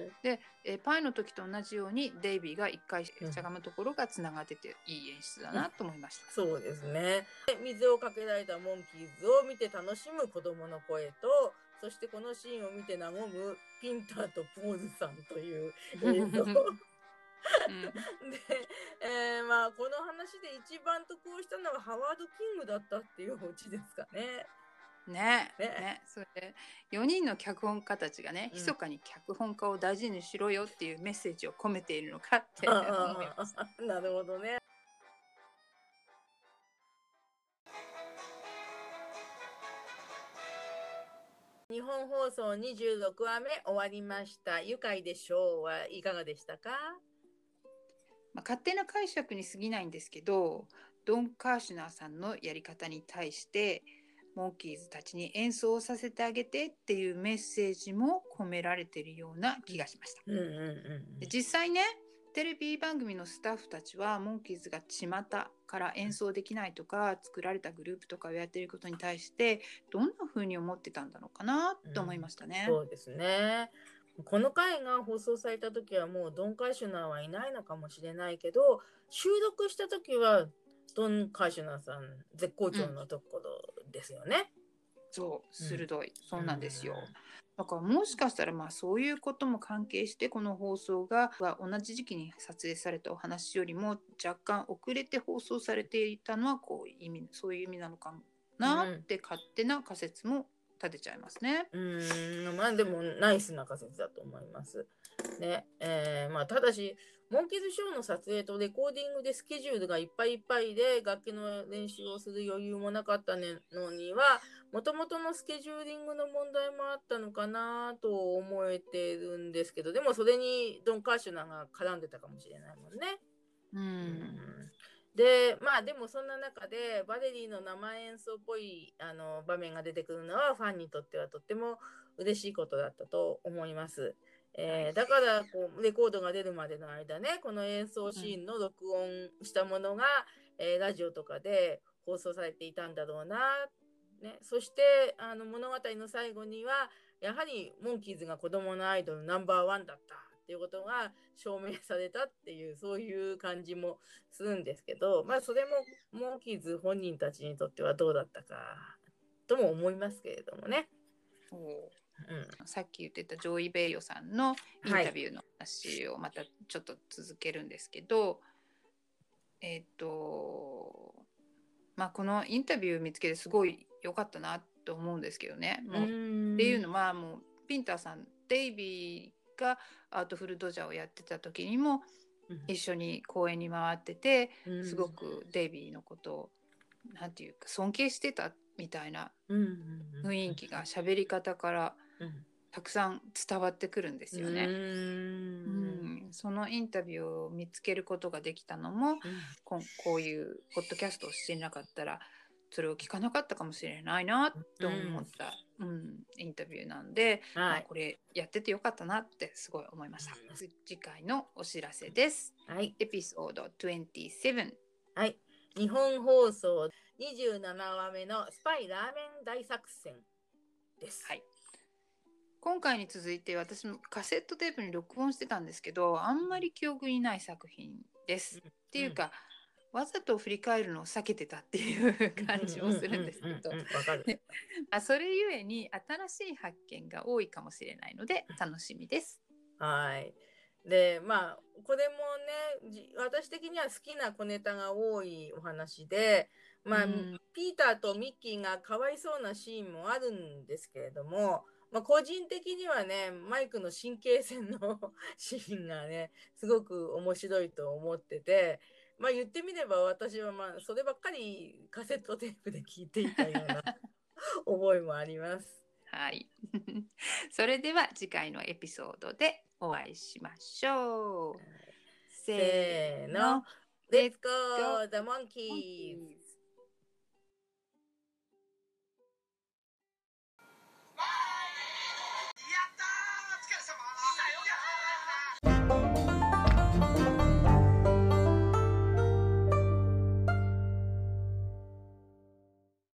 でえパイの時と同じようにデイビーが一回しゃがむところがつながってていい演出だなと思いました、 うん、そうですね水をかけられたモンキーズを見て楽しむ子供の声とそしてこのシーンを見て和むピンターとポーズさんという映像うん、で、えー、まあこの話で一番得をしたのはハワード・キングだったっていうオチですかね。 ねえ、ねねそれよにんの脚本家たちがね、うん、密かに脚本家を大事にしろよっていうメッセージを込めているのかって思います。 なるほどね。日本放送にじゅうろくわめ終わりました。愉快でしょうはいかがでしたか？ まあ、勝手な解釈に過ぎないんですけどドン・カーシュナーさんのやり方に対してモンキーズたちに演奏させてあげてっていうメッセージも込められているような気がしました、うんうんうん、で実際ねテレビ番組のスタッフたちはモンキーズが巷から演奏できないとか作られたグループとかをやっていることに対してどんな風に思ってたんだろうかなと思いましたね、 うん、そうですねこの回が放送された時はもうドン・カーシュナーはいないのかもしれないけど収録した時はドン・カーシュナーさん絶好調のところですよね、 うん、そう鋭い、うん、そうなんですよ、うん、だからもしかしたらまあそういうことも関係してこの放送が同じ時期に撮影されたお話よりも若干遅れて放送されていたのはこう意味そういう意味なのかなって勝手な仮説も立てちゃいますね。 うーんまあでもナイスな仮説だと思います。ねえーまあ、ただしモンキーズショーの撮影とレコーディングでスケジュールがいっぱいいっぱいで楽器の練習をする余裕もなかったのにはもともとのスケジューリングの問題もあったのかなと思えてるんですけどでもそれにドン・カーシュナーが絡んでたかもしれないもんね。 うん、うんでまあでもそんな中でバレリーの生演奏っぽいあの場面が出てくるのはファンにとってはとっても嬉しいことだったと思います。えー、だからこうレコードが出るまでの間ね、この演奏シーンの録音したものが、うん、えー、ラジオとかで放送されていたんだろうな、ね、そしてあの物語の最後にはやはりモンキーズが子供のアイドルナンバーワンだったっていうことが証明されたっていうそういう感じもするんですけど、まあそれもモンキーズ本人たちにとってはどうだったかとも思いますけれどもね。 おうん、さっき言ってたジョイ・ベイヨさんのインタビューの話をまたちょっと続けるんですけど、はい、えっとまあこのインタビュー見つけてすごい良かったなと思うんですけどね。もうっていうのはもうピンターさんデイビーがアートフルドジャーをやってた時にも一緒に公園に回ってて、うん、すごくデイビーのことをなんていうか尊敬してたみたいな雰囲気が喋り方からたくさん伝わってくるんですよね。うん、そのインタビューを見つけることができたのも、うん、こ, こういうポッドキャストをしていなかったらそれを聞かなかったかもしれないなと思った、うんうん、インタビューなんで、はい、まあ、これやっててよかったなってすごい思いました。うん、次回のお知らせです。はい、エピソードにじゅうなな。 はい、日本放送にじゅうななわめのスパイラーメン大作戦です。 はい、今回に続いて私もカセットテープに録音してたんですけどあんまり記憶にない作品です、うん、っていうか、うん、わざと振り返るのを避けてたっていう感じもするんですけどそれゆえに新しい発見が多いかもしれないので楽しみです。 はいでまあこれもね私的には好きな小ネタが多いお話でまあ、うん、ピーターとミッキーがかわいそうなシーンもあるんですけれども、まあ、個人的にはねマイクの神経線のシーンがねすごく面白いと思ってて、まあ言ってみれば私はまあそればっかりカセットテープで聞いていたような覚えもあります。 はい。それでは次回のエピソードでお会いしましょう。 せーの。Let's go the monkeys!